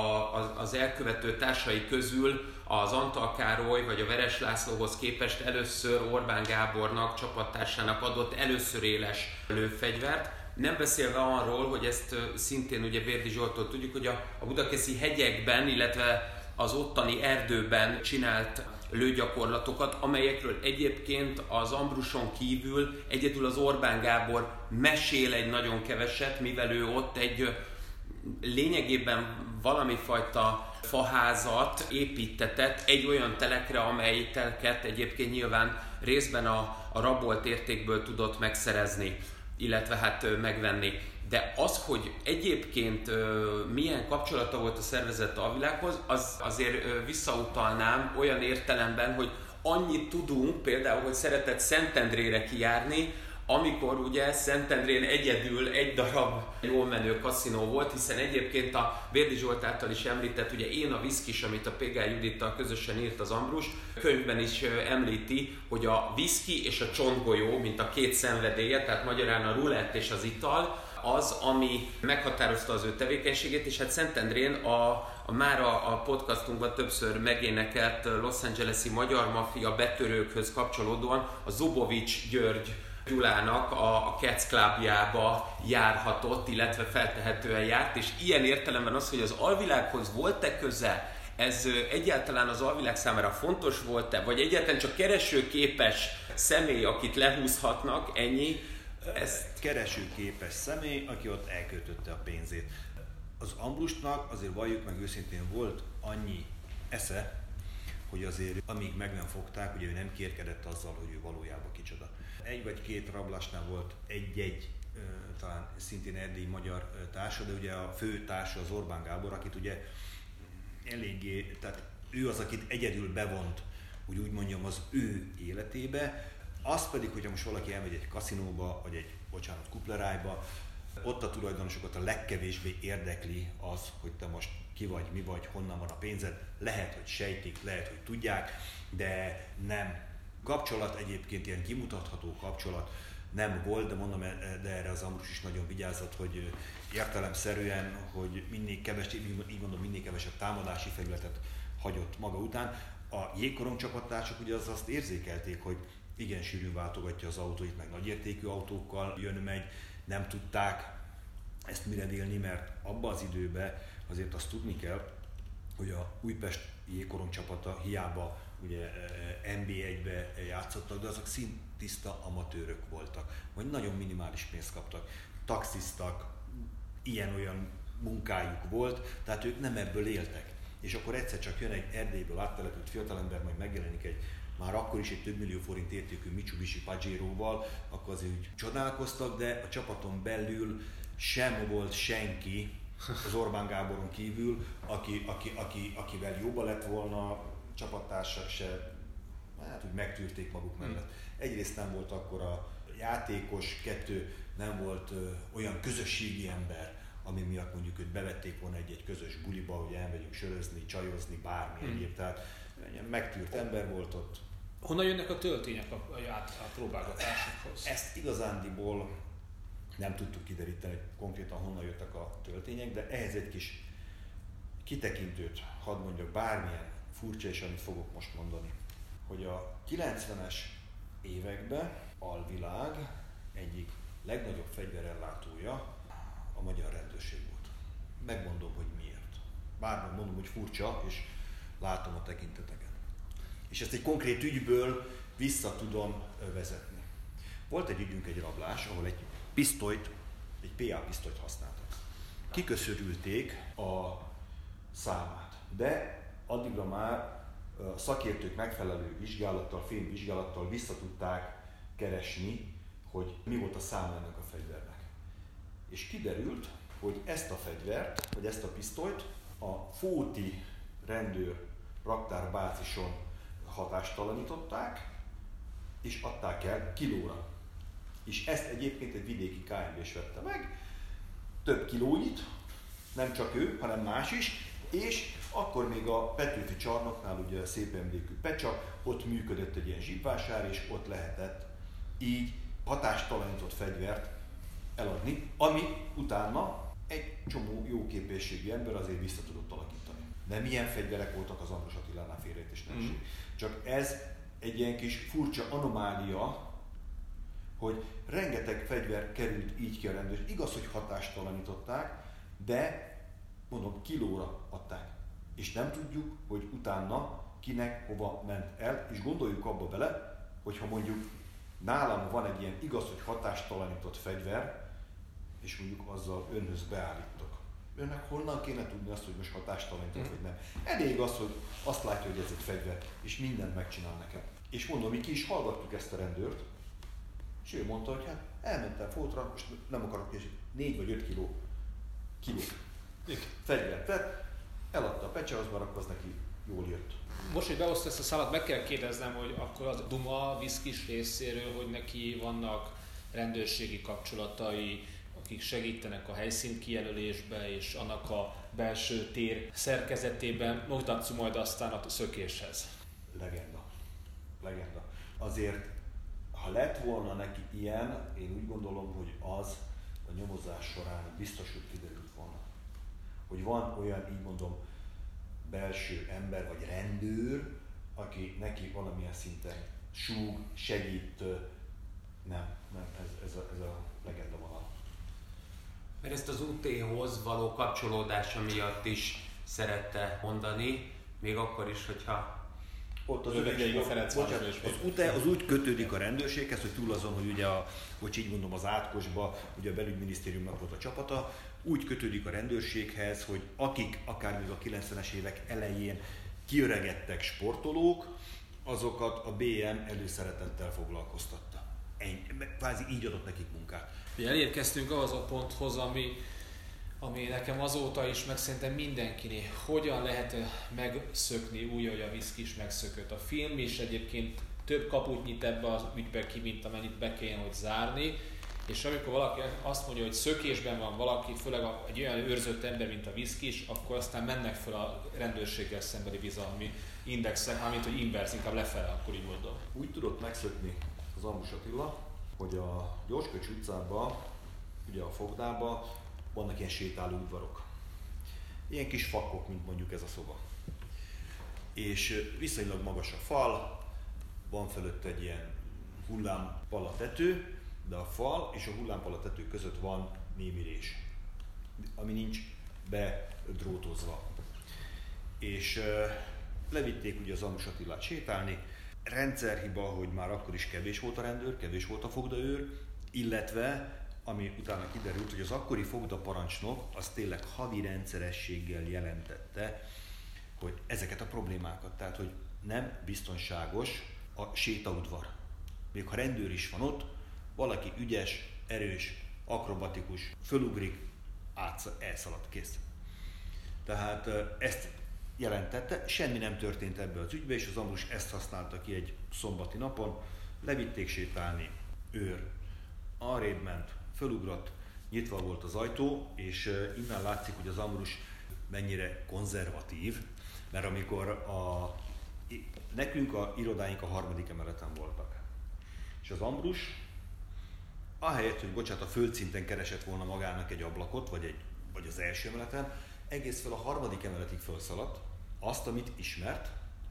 az elkövető társai közül az Antal Károly vagy a Veres Lászlóhoz képest először Orbán Gábornak, csapattársának adott először éles lőfegyvert. Nem beszélve arról, hogy ezt szintén ugye Bérdi Zsolttól tudjuk, hogy a budakeszi hegyekben, illetve az ottani erdőben csinált lőgyakorlatokat, amelyekről egyébként az Ambruson kívül egyedül az Orbán Gábor mesél egy nagyon keveset, mivel ő ott egy lényegében valami fajta faházat építetett egy olyan telekre, amely telket egyébként nyilván részben a rabolt értékből tudott megszerezni, illetve hát megvenni. De az, hogy egyébként milyen kapcsolata volt a szervezett alvilághoz, az azért visszautalnám olyan értelemben, hogy annyit tudunk például, hogy szeretett Szentendrére kijárni, amikor ugye Szentendrén egyedül egy darab jól menő kaszinó volt, hiszen egyébként a Bérdi Zsolt által is említett, ugye Én a viszkis, amit a Pégál Judittal közösen írt az Ambrus, könyvben is említi, hogy a viszki és a csontgolyó, mint a 2 szenvedélye, tehát magyarán a rulett és az ital, az, ami meghatározta az ő tevékenységét, és hát Szentendrén már a podcastunkban többször megénekelt Los Angeles-i magyar maffia betörőkhöz kapcsolódóan a Zubovics György Gyulának a Cats Clubjába járhatott, illetve feltehetően járt, és ilyen értelemben az, hogy az alvilághoz volt-e köze, ez egyáltalán az alvilág számára fontos volt-e, vagy egyáltalán csak keresőképes személy, akit lehúzhatnak, ennyi? Keresőképes személy, aki ott elköltötte a pénzét. Az Ambrusnak azért valljuk meg őszintén volt annyi esze, hogy azért amíg meg nem fogták, ugye ő nem kérkedett azzal, hogy ő valójában kicsoda. 1 vagy 2 rablásnál volt egy talán szintén erdélyi magyar társa, de ugye a fő társa az Orbán Gábor, akit ugye eléggé, tehát ő az, akit egyedül bevont, úgy mondjam, az ő életébe. Az pedig, hogyha most valaki elmegy egy kaszinóba, vagy egy, kuplerájba, ott a tulajdonosokat a legkevésbé érdekli az, hogy te most ki vagy, mi vagy, honnan van a pénzed. Lehet, hogy sejtik, lehet, hogy tudják, de nem Kapcsolat egyébként, ilyen kimutatható kapcsolat nem volt, de mondom, de erre az Ambrus is nagyon vigyázott, hogy értelemszerűen, hogy minél kevesebb támadási felületet hagyott maga után. A jégkorong csapattársak ugye azt érzékelték, hogy igen sűrűn váltogatja az autóit, meg nagyértékű autókkal jön-megy, nem tudták ezt mire délni, mert abban az időben azért azt tudni kell, hogy a Újpest jégkorong csapata hiába ugye NB1-be játszottak, de azok szintiszta amatőrök voltak, vagy nagyon minimális pénzt kaptak, taxisztak, ilyen-olyan munkájuk volt, tehát ők nem ebből éltek. És akkor egyszer csak jön egy Erdélyből áttelepült fiatalember, majd megjelenik egy már akkor is egy több millió forint értékű Mitsubishi Pajero-val, akkor azért úgy csodálkoztak, de a csapaton belül sem volt senki az Orbán Gáboron kívül, akivel jóba lett volna, csapattársak se, hát úgy megtűrték maguk mellett. Egyrészt nem volt akkora játékos, kettő nem volt olyan közösségi ember, ami miatt mondjuk őt bevették volna egy közös buliba, hogy elmegyünk sörözni, csajozni, bármi egyéb. Tehát megtűrt ember volt ott. Honnan jönnek a töltények a próbálgatásokhoz? Ezt igazándiból nem tudtuk kideríteni, hogy konkrétan honnan jöttek a töltények, de ehhez egy kis kitekintőt hadd mondjak, bármilyen furcsa is, amit fogok most mondani. Hogy a 90-es években alvilág egyik legnagyobb fegyverellátója a magyar rendőrség volt. Megmondom, hogy miért. Bár mondom, hogy furcsa, és látom a tekinteteket. És ezt egy konkrét ügyből vissza tudom vezetni. Volt egy ügyünk, egy rablás, ahol egy pisztolyt, egy PA pisztolyt használtak. Kiköszörülték a számát, de addigra már szakértők megfelelő vizsgálattal, fémvizsgálattal vissza tudták keresni, hogy mi volt a száma ennek a fegyvernek. És kiderült, hogy ezt a fegyvert, vagy ezt a pisztolyt a Fóti rendőr raktárbázison hatástalanították, és adták el kilóra. És ezt egyébként egy vidéki KMB-s vette meg, több kilónyit, nem csak ő, hanem más is, és akkor még a Petőfi csarnoknál, ugye szép emlékű Pecsa, ott működött egy ilyen zsibvásár, és ott lehetett így hatástalanított fegyvert eladni, ami utána egy csomó jó képességű ember azért vissza tudott alakítani. De milyen fegyverek voltak az Ambrus Attilánál, félreértés ne essék. Csak ez egy ilyen kis furcsa anomália, hogy rengeteg fegyver került így ki a rendőrség. Igaz, hogy hatástalanították, de mondom, kilóra adták. És nem tudjuk, hogy utána kinek hova ment el, és gondoljuk abba bele, hogyha mondjuk nálam van egy ilyen igaz, hogy hatástalanított fegyver, és mondjuk azzal önhöz beállítok. Önnek honnan kéne tudni azt, hogy most hatástalanított vagy nem? Elég az, hogy azt látja, hogy ez egy fegyver, és mindent megcsinál nekem. És mondom, mi ki is hallgattuk ezt a rendőrt, és ő mondta, hogy hát elmentem Fótra, most nem akarok, és 4 vagy 5 kiló fegyvert vett, eladta a Pecsa, az már akkor az neki jól jött. Most, hogy behozta ezt a számot, meg kell kérdeznem, hogy akkor az Duma Viszkis részéről, hogy neki vannak rendőrségi kapcsolatai, akik segítenek a helyszínt kijelölésbe és annak a belső tér szerkezetében, mutatszunk majd aztán a szökéshez. Legenda. Azért, ha lett volna neki ilyen, én úgy gondolom, hogy az a nyomozás során biztos, hogy kiderült volna. Hogy van olyan, így mondom, belső ember vagy rendőr, aki neki valamilyen szinten súg, segít, nem, ez a legenda vonal. Mert ezt az UT-hoz való kapcsolódása miatt is szerette mondani, még akkor is, hogyha ott az az úgy kötődik a rendőrséghez, hogy túl azon, hogy ugye hogy így mondom, az Átkosba, ugye a belügyminisztériumnak volt a csapata, úgy kötődik a rendőrséghez, hogy akik akár még a 90-es évek elején kiöregedtek sportolók, azokat a BM előszeretettel foglalkoztatta. Kvázi így adott nekik munkát. Elérkeztünk ahhoz a ponthoz, ami nekem azóta is, meg szerintem mindenkinél, hogyan lehet megszökni úgy, hogy a Viszkis megszökött. A film is egyébként több kaput nyit ebbe az ügybe ki, mint amennyit be kelljen, hogy zárni, és amikor valaki azt mondja, hogy szökésben van valaki, főleg egy olyan őrzött ember, mint a Viszkis, akkor aztán mennek fel a rendőrséggel szembeni bizalmi indexen, amint hogy inverz, inkább lefele, akkor így mondom. Úgy tudott megszökni az Ambrus Attila, hogy a Gyorsköcs utcában, ugye a Fogdában vannak ilyen sétáló udvarok. Ilyen kis fakok, mint mondjuk ez a szoba. És viszonylag magas a fal, van fölött egy ilyen hullámpala tető, de a fal és a hullámpala tető között van némi rés, ami nincs bedrótozva. És levitték ugye az Ambrus Attilát sétálni. Rendszerhiba, hogy már akkor is kevés volt a rendőr, kevés volt a fogdaőr, illetve ami utána kiderült, hogy az akkori fogdaparancsnok az tényleg havi rendszerességgel jelentette, hogy ezeket a problémákat, tehát hogy nem biztonságos a sétaudvar. Még ha rendőr is van ott, valaki ügyes, erős, akrobatikus, fölugrik, elszaladt, kész. Tehát ezt jelentette, semmi nem történt ebbe az ügybe, és az Ambrus ezt használta ki egy szombati napon, levitték sétálni, őr, arrébb ment, fölugrott, nyitva volt az ajtó, és innen látszik, hogy az Ambrus mennyire konzervatív, mert amikor nekünk a irodáink a 3. emeleten voltak, és az Ambrus ahelyett, hogy bocsánat, a földszinten keresett volna magának egy ablakot, vagy az első emeleten, egész fel a 3. emeletig felszaladt, azt, amit ismert,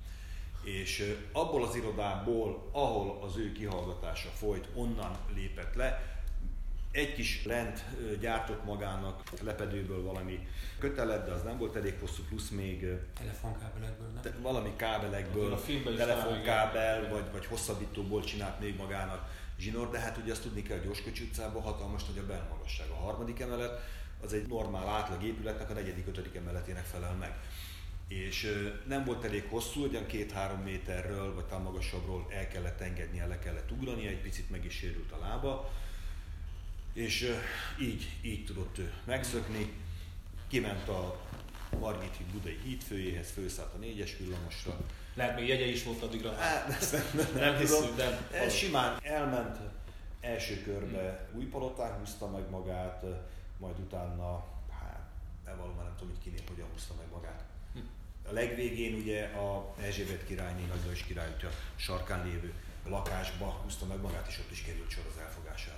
és abból az irodából, ahol az ő kihallgatása folyt, onnan lépett le, egy kis lent gyártott magának lepedőből valami kötelet, de az nem volt elég hosszú, plusz még telefonkábelekből, nem? Valami kábelekből, telefonkábel vagy hosszabbítóból csinált még magának zsinór, de hát ugye azt tudni kell, hogy Gyorsköcs utcában hatalmas nagy a belmagasság. A 3. emelet az egy normál átlag épületnek a 4.-5. emeletének felel meg. És nem volt elég hosszú, ugyan 2-3 méterről vagy talán magasabbról el kellett engednie, le kellett ugrani, egy picit meg is sérült a lába. És így tudott ő megszökni, kiment a Margit híd budai hídfőjéhez, fölszállt a 4-es villamosra. Lehet még jegye is volt addigra. Nem hiszem, de simán elment, első körbe Újpalotán húzta meg magát, majd utána, valóban nem tudom, hogy kinél hogyan húzta meg magát. A legvégén ugye a Erzsébet királyné, Nagy Lajos király útja sarkán lévő lakásba húzta meg magát, és ott is került sor az elfogására.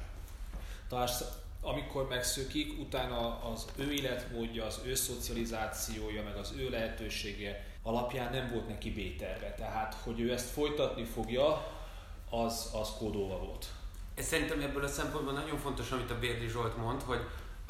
Amikor megszökik, utána az ő életmódja, az ő szocializációja, meg az ő lehetősége alapján nem volt neki B-terve. Tehát, hogy ő ezt folytatni fogja, az kódolva volt. Ez szerintem ebből a szempontból nagyon fontos, amit a Bérdi Zsolt mond, hogy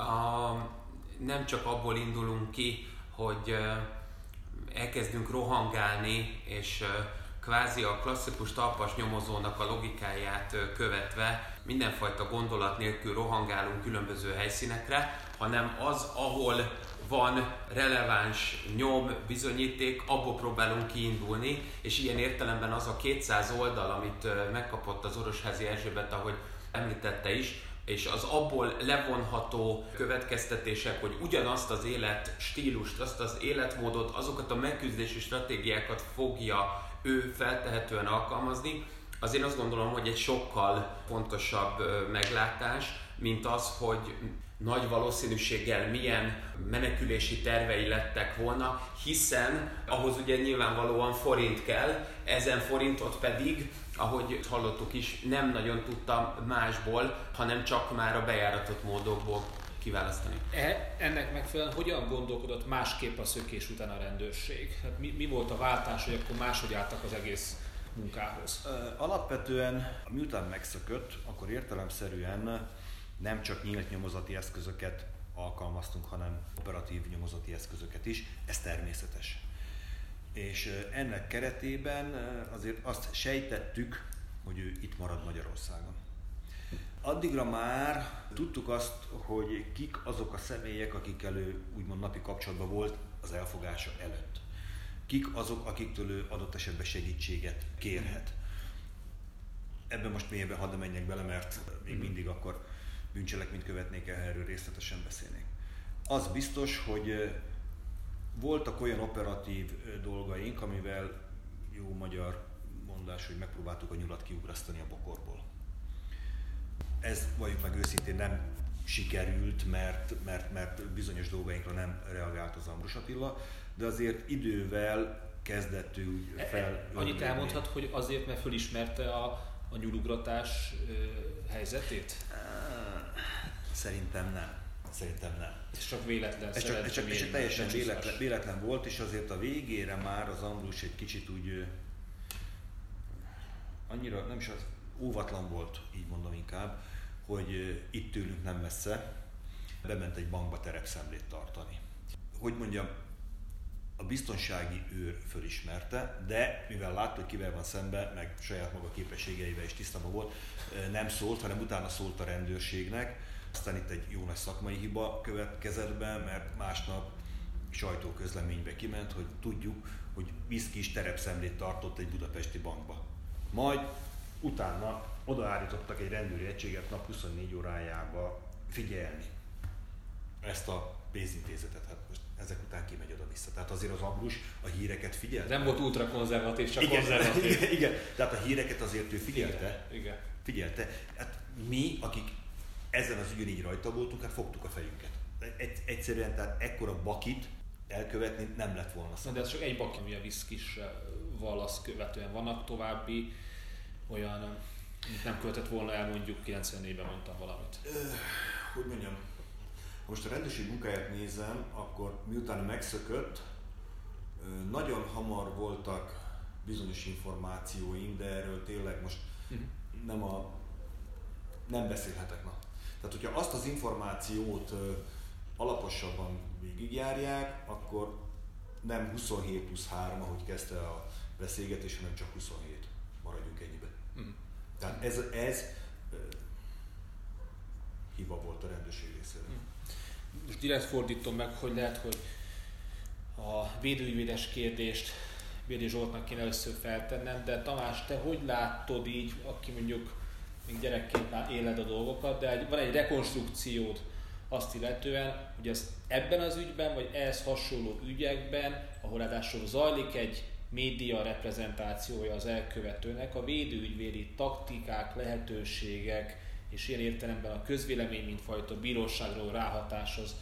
nem csak abból indulunk ki, hogy elkezdünk rohangálni, és kvázi a klasszikus talpas nyomozónak a logikáját követve mindenfajta gondolat nélkül rohangálunk különböző helyszínekre, hanem az, ahol van releváns nyom, bizonyíték, abból próbálunk kiindulni, és ilyen értelemben az a 200 oldal, amit megkapott az Orosházi Erzsébet, ahogy említette is, és az abból levonható következtetések, hogy ugyanazt az életstílust, azt az életmódot, azokat a megküzdési stratégiákat fogja ő feltehetően alkalmazni, azért azt gondolom, hogy egy sokkal fontosabb meglátás, mint az, hogy nagy valószínűséggel milyen menekülési tervei lettek volna, hiszen ahhoz ugye nyilvánvalóan forint kell, ezen forintot pedig, ahogy hallottuk is, nem nagyon tudtam másból, hanem csak már a bejáratott módokból kiválasztani. Ennek megfelelően hogyan gondolkodott másképp a szökés után a rendőrség? Hát mi volt a váltás, hogy akkor máshogy álltak az egész munkához? Alapvetően, miután megszökött, akkor értelemszerűen nem csak nyílt nyomozati eszközöket alkalmaztunk, hanem operatív nyomozati eszközöket is, ez természetes. És ennek keretében azért azt sejtettük, hogy ő itt marad Magyarországon. Addigra már tudtuk azt, hogy kik azok a személyek, akikkel ő úgymond napi kapcsolatban volt az elfogása előtt. Kik azok, akiktől ő adott esetben segítséget kérhet. Ebben most mélyebben hadd menjek bele, mert még mindig akkor bűncselekményt követnék el, erről részletesen beszélnék. Az biztos, hogy voltak olyan operatív dolgaink, amivel jó magyar mondás, hogy megpróbáltuk a nyulat kiugrasztani a bokorból. ez valljuk meg őszintén nem sikerült, mert bizonyos dolgainkra nem reagált az Ambrus Attila, de azért idővel kezdett ő fel. Annyit elmondhat, hogy azért, mert fölismerte a nyulugratás helyzetét? Szerintem nem. Ez csak véletlen. Ez csak teljesen véletlen volt, és azért a végére már az Ambrus egy kicsit úgy annyira nem is az óvatlan volt, így mondom inkább, hogy itt tőlünk nem messze bement egy bankba terepszemlét tartani. Hogy mondjam, a biztonsági őr fölismerte, de mivel látta, hogy kivel van szembe, meg saját maga képességeivel is tisztában volt, nem szólt, hanem utána szólt a rendőrségnek. Aztán itt egy jó nagy szakmai hiba következett be, mert másnap sajtóközleménybe kiment, hogy tudjuk, hogy Viszkis terepszemlét tartott egy budapesti bankba. Majd utána odaállítottak egy rendőri egységet nap 24 órájába figyelni ezt a pénzintézetet. Hát most ezek után kimegy oda-vissza. Tehát azért az Ambrus a híreket figyelte. Nem volt ultrakonzervatív, csak igen, konzervatív. Igen, tehát a híreket azért ő figyelte. Igen. Figyelte. Hát mi, akik ezen az ügyön így rajta voltunk, hát fogtuk a fejünket. Egyszerűen, tehát ekkora bakit elkövetni nem lett volna szabad. De ez csak egy baki, ami a Viszkisval azt követően vannak további olyan, amit nem követett volna el, mondjuk 94-ben mondtam valamit. Hogy mondjam, ha most a rendőrség munkáját nézem, akkor miután megszökött, nagyon hamar voltak bizonyos információink, de erről tényleg most nem beszélhetek. Tehát, hogyha azt az információt alaposabban végigjárják, akkor nem 27+3, ahogy kezdte a beszélgetés, hanem csak 27. Maradjunk ennyiben. Tehát ez hiba volt a rendőrség részéről. Most direkt fordítom meg, hogy lehet, hogy a védőügyvédes kérdést Béri Zsoltnak kéne először feltennem, de Tamás, te hogy látod így, aki mondjuk még gyerekként már éled a dolgokat, de van egy rekonstrukciód azt illetően, hogy ez ebben az ügyben, vagy ehhez hasonló ügyekben, ahol ráadásul zajlik egy média reprezentációja az elkövetőnek, a védőügyvédi taktikák, lehetőségek, és ilyen értelemben a közvélemény, mint fajta bíróságról ráhatás az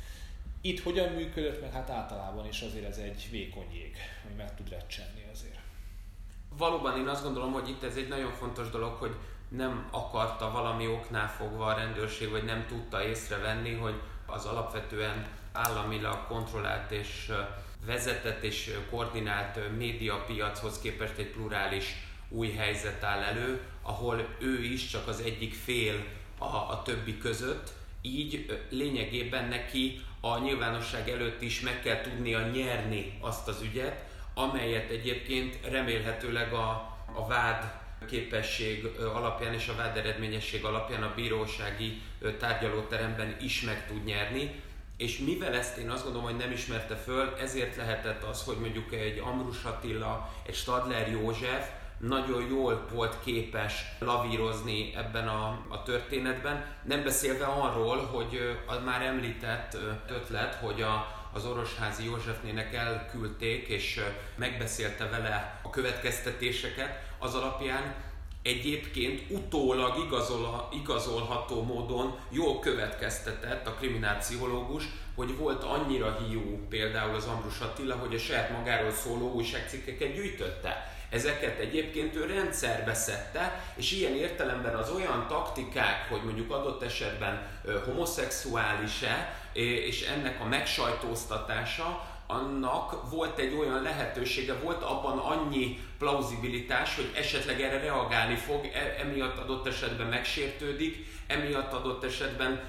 itt hogyan működött, meg hát általában is azért ez egy vékony jég, ami meg tud recsenni azért. Valóban én azt gondolom, hogy itt ez egy nagyon fontos dolog, hogy nem akarta valami oknál fogva a rendőrség, vagy nem tudta észrevenni, hogy az alapvetően államilag kontrollált és vezetett és koordinált médiapiachoz képest egy plurális új helyzet áll elő, ahol ő is csak az egyik fél a többi között, így lényegében neki a nyilvánosság előtt is meg kell tudnia nyerni azt az ügyet, amelyet egyébként remélhetőleg a vád képesség alapján és a vád eredményesség alapján a bírósági tárgyalóteremben is meg tud nyerni. És mivel ezt én azt gondolom, hogy nem ismerte föl, ezért lehetett az, hogy mondjuk egy Ambrus Attila, egy Stadler József nagyon jól volt képes lavírozni ebben a történetben, nem beszélve arról, hogy a már említett ötlet, hogy az Orosházi Józsefnének elküldték és megbeszélte vele a következtetéseket, az alapján egyébként utólag igazolható módon jól következtetett a kriminálpszichológus, hogy volt annyira hiú például az Ambrus Attila, hogy a saját magáról szóló újságcikkeket gyűjtötte. Ezeket egyébként ő rendszerbe szedte, és ilyen értelemben az olyan taktikák, hogy mondjuk adott esetben homoszexuális-e, és ennek a megsajtóztatása, annak volt egy olyan lehetősége, volt abban annyi plauzibilitás, hogy esetleg erre reagálni fog, emiatt adott esetben megsértődik, emiatt adott esetben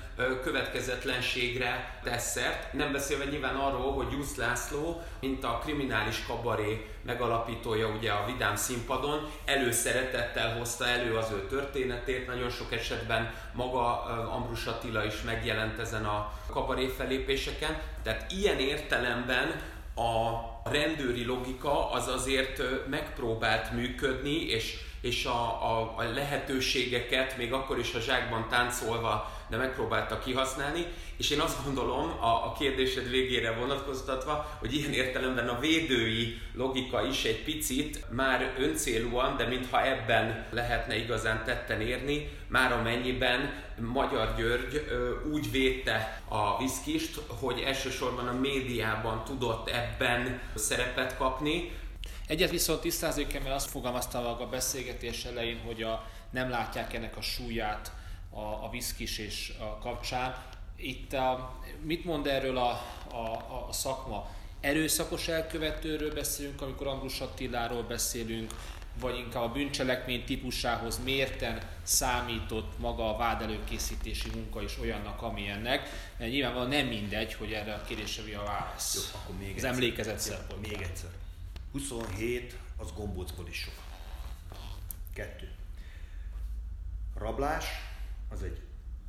következetlenségre tesz szert. Nem beszélve nyilván arról, hogy Jusz László, mint a kriminális kabaré megalapítója ugye a Vidám színpadon, előszeretettel hozta elő az ő történetét, nagyon sok esetben maga Ambrus Attila is megjelent ezen a kabaré fellépéseken. Tehát ilyen értelemben a rendőri logika az azért megpróbált működni, és a lehetőségeket még akkor is a zsákban táncolva, de megpróbálta kihasználni, és én azt gondolom a kérdésed végére vonatkoztatva, hogy ilyen értelemben a védői logika is egy picit már öncélúan, de mintha ebben lehetne igazán tetten érni, már amennyiben Magyar György úgy védte a viszkist, hogy elsősorban a médiában tudott ebben szerepet kapni. Egyet viszont tisztázni kell, mert azt fogalmazta a beszélgetés elején, hogy nem látják ennek a súlyát a viszkis és a kapcsán. Itt mit mond erről a szakma? Erőszakos elkövetőről beszélünk, amikor Ambrus Attiláról beszélünk, vagy inkább a bűncselekmény típusához mérten számított maga a vád előkészítési munka is olyannak, amilyennek. Nyilvánvalóan nem mindegy, hogy erre a kérdésre mi a válasz. Jó, akkor még az emlékezet szempontból. Még egyszer. 27 az gombócból is sok. 2. Rablás az egy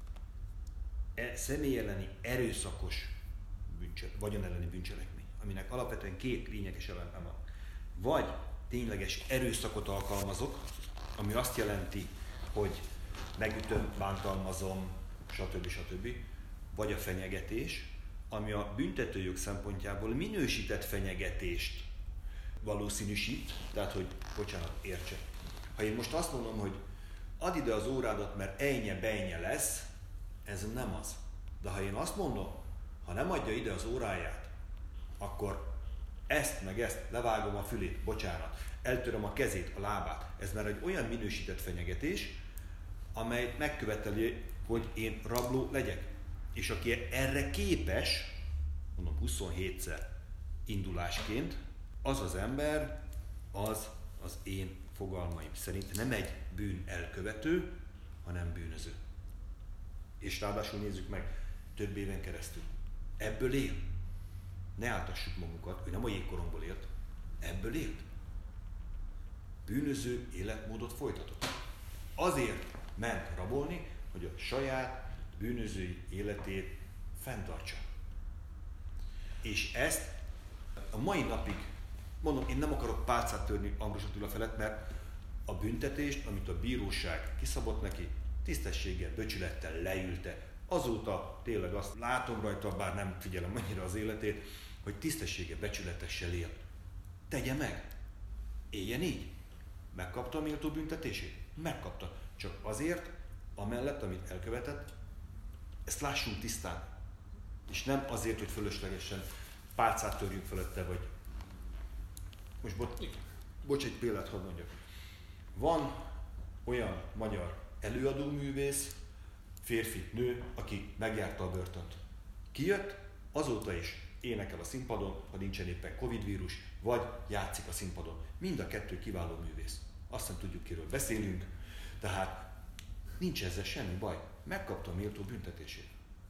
személy elleni erőszakos vagyon elleni bűncselekmény, aminek alapvetően 2 lényeges eleme van. Vagy tényleges erőszakot alkalmazok, ami azt jelenti, hogy megütöm, bántalmazom, stb. Vagy a fenyegetés, ami a büntetőjog szempontjából minősített fenyegetést valószínűsít, tehát hogy, bocsánat, értse. Ha én most azt mondom, hogy add ide az órádat, mert ejnye-bejnye lesz, ez nem az. De ha én azt mondom, ha nem adja ide az óráját, akkor ezt meg ezt, levágom a fülét, bocsánat, eltöröm a kezét, a lábát. Ez már egy olyan minősített fenyegetés, amely megköveteli, hogy én rabló legyek. És aki erre képes, mondom 27-szer indulásként, az az ember, az én fogalmaim szerint nem egy bűn elkövető, hanem bűnöző. És ráadásul nézzük meg, több éven keresztül. Ebből él. Ne áltassuk magunkat, ő nem a jégkorongból élt, ebből élt. Bűnöző életmódot folytatott. Azért ment rabolni, hogy a saját bűnözői életét fenntartsa. És ezt a mai napig, mondom, én nem akarok pálcát törni Ambrus Attila felett, mert a büntetést, amit a bíróság kiszabott neki, tisztességgel, becsülettel leülte. Azóta tényleg azt látom rajta, bár nem figyelem annyira az életét, hogy tisztességgel, becsületessel él. Tegye meg! Éljen így! Megkapta a méltó büntetését? Megkapta. Csak azért, amellett, amit elkövetett, ezt lássunk tisztán. És nem azért, hogy fölöslegesen pálcát törjünk fölötte, vagy... Most bocs, egy példát hadd mondjak. Van olyan magyar előadóművész, férfi, nő, aki megjárta a börtönt. Kijött, azóta is énekel a színpadon, ha nincsen éppen Covid vírus, vagy játszik a színpadon. Mind a 2 kiváló művész. Azt nem tudjuk, kiről beszélünk, tehát nincs ezzel semmi baj. Megkapta a méltó büntetését.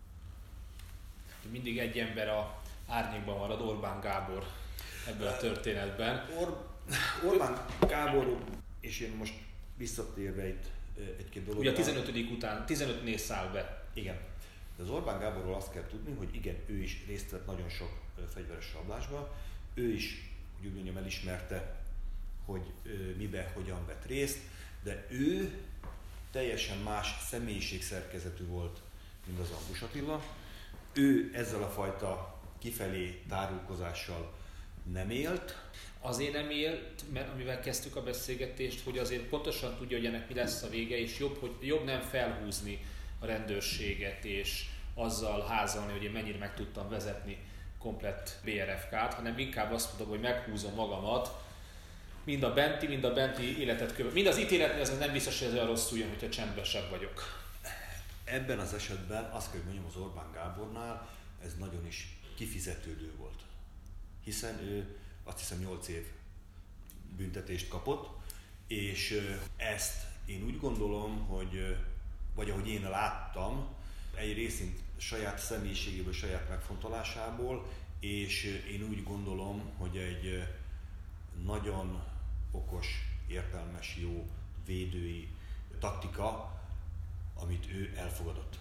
Mindig egy ember a árnyékban marad, Orbán Gábor ebből a történetben. Orbán Gábor, és én most visszatérve itt egy-két dologra. Ugye a 15. után, 15-nél száll be. Igen. De az Orbán Gáborról azt kell tudni, hogy igen, ő is részt vett nagyon sok fegyveres rablásba. Ő is, hogy úgy mondjam, elismerte, hogy miben, hogyan vett részt, de ő teljesen más személyiségszerkezetű volt, mint az Ambrus Attila. Ő ezzel a fajta kifelé tárulkozással nem élt. Azért nem élt, mert amivel kezdtük a beszélgetést, hogy azért pontosan tudja, hogy ennek mi lesz a vége, és jobb nem felhúzni a rendőrséget, és azzal házalni, hogy én mennyire meg tudtam vezetni komplett BRFK-t, hanem inkább azt mondom, hogy meghúzom magamat, mind a benti életet követ. Mind az ítéletnél ez nem biztos, hogy ez olyan rosszul jön, hogyha csendbesebb vagyok. Ebben az esetben azt kell, hogy mondjam, az Orbán Gábornál ez nagyon is kifizetődő volt. Hiszen ő azt hiszem 8 év büntetést kapott, és ezt én úgy gondolom, hogy vagy ahogy én láttam, egy részint saját személyiségéből, saját megfontolásából, és én úgy gondolom, hogy egy nagyon okos, értelmes, jó védői taktika, amit ő elfogadott.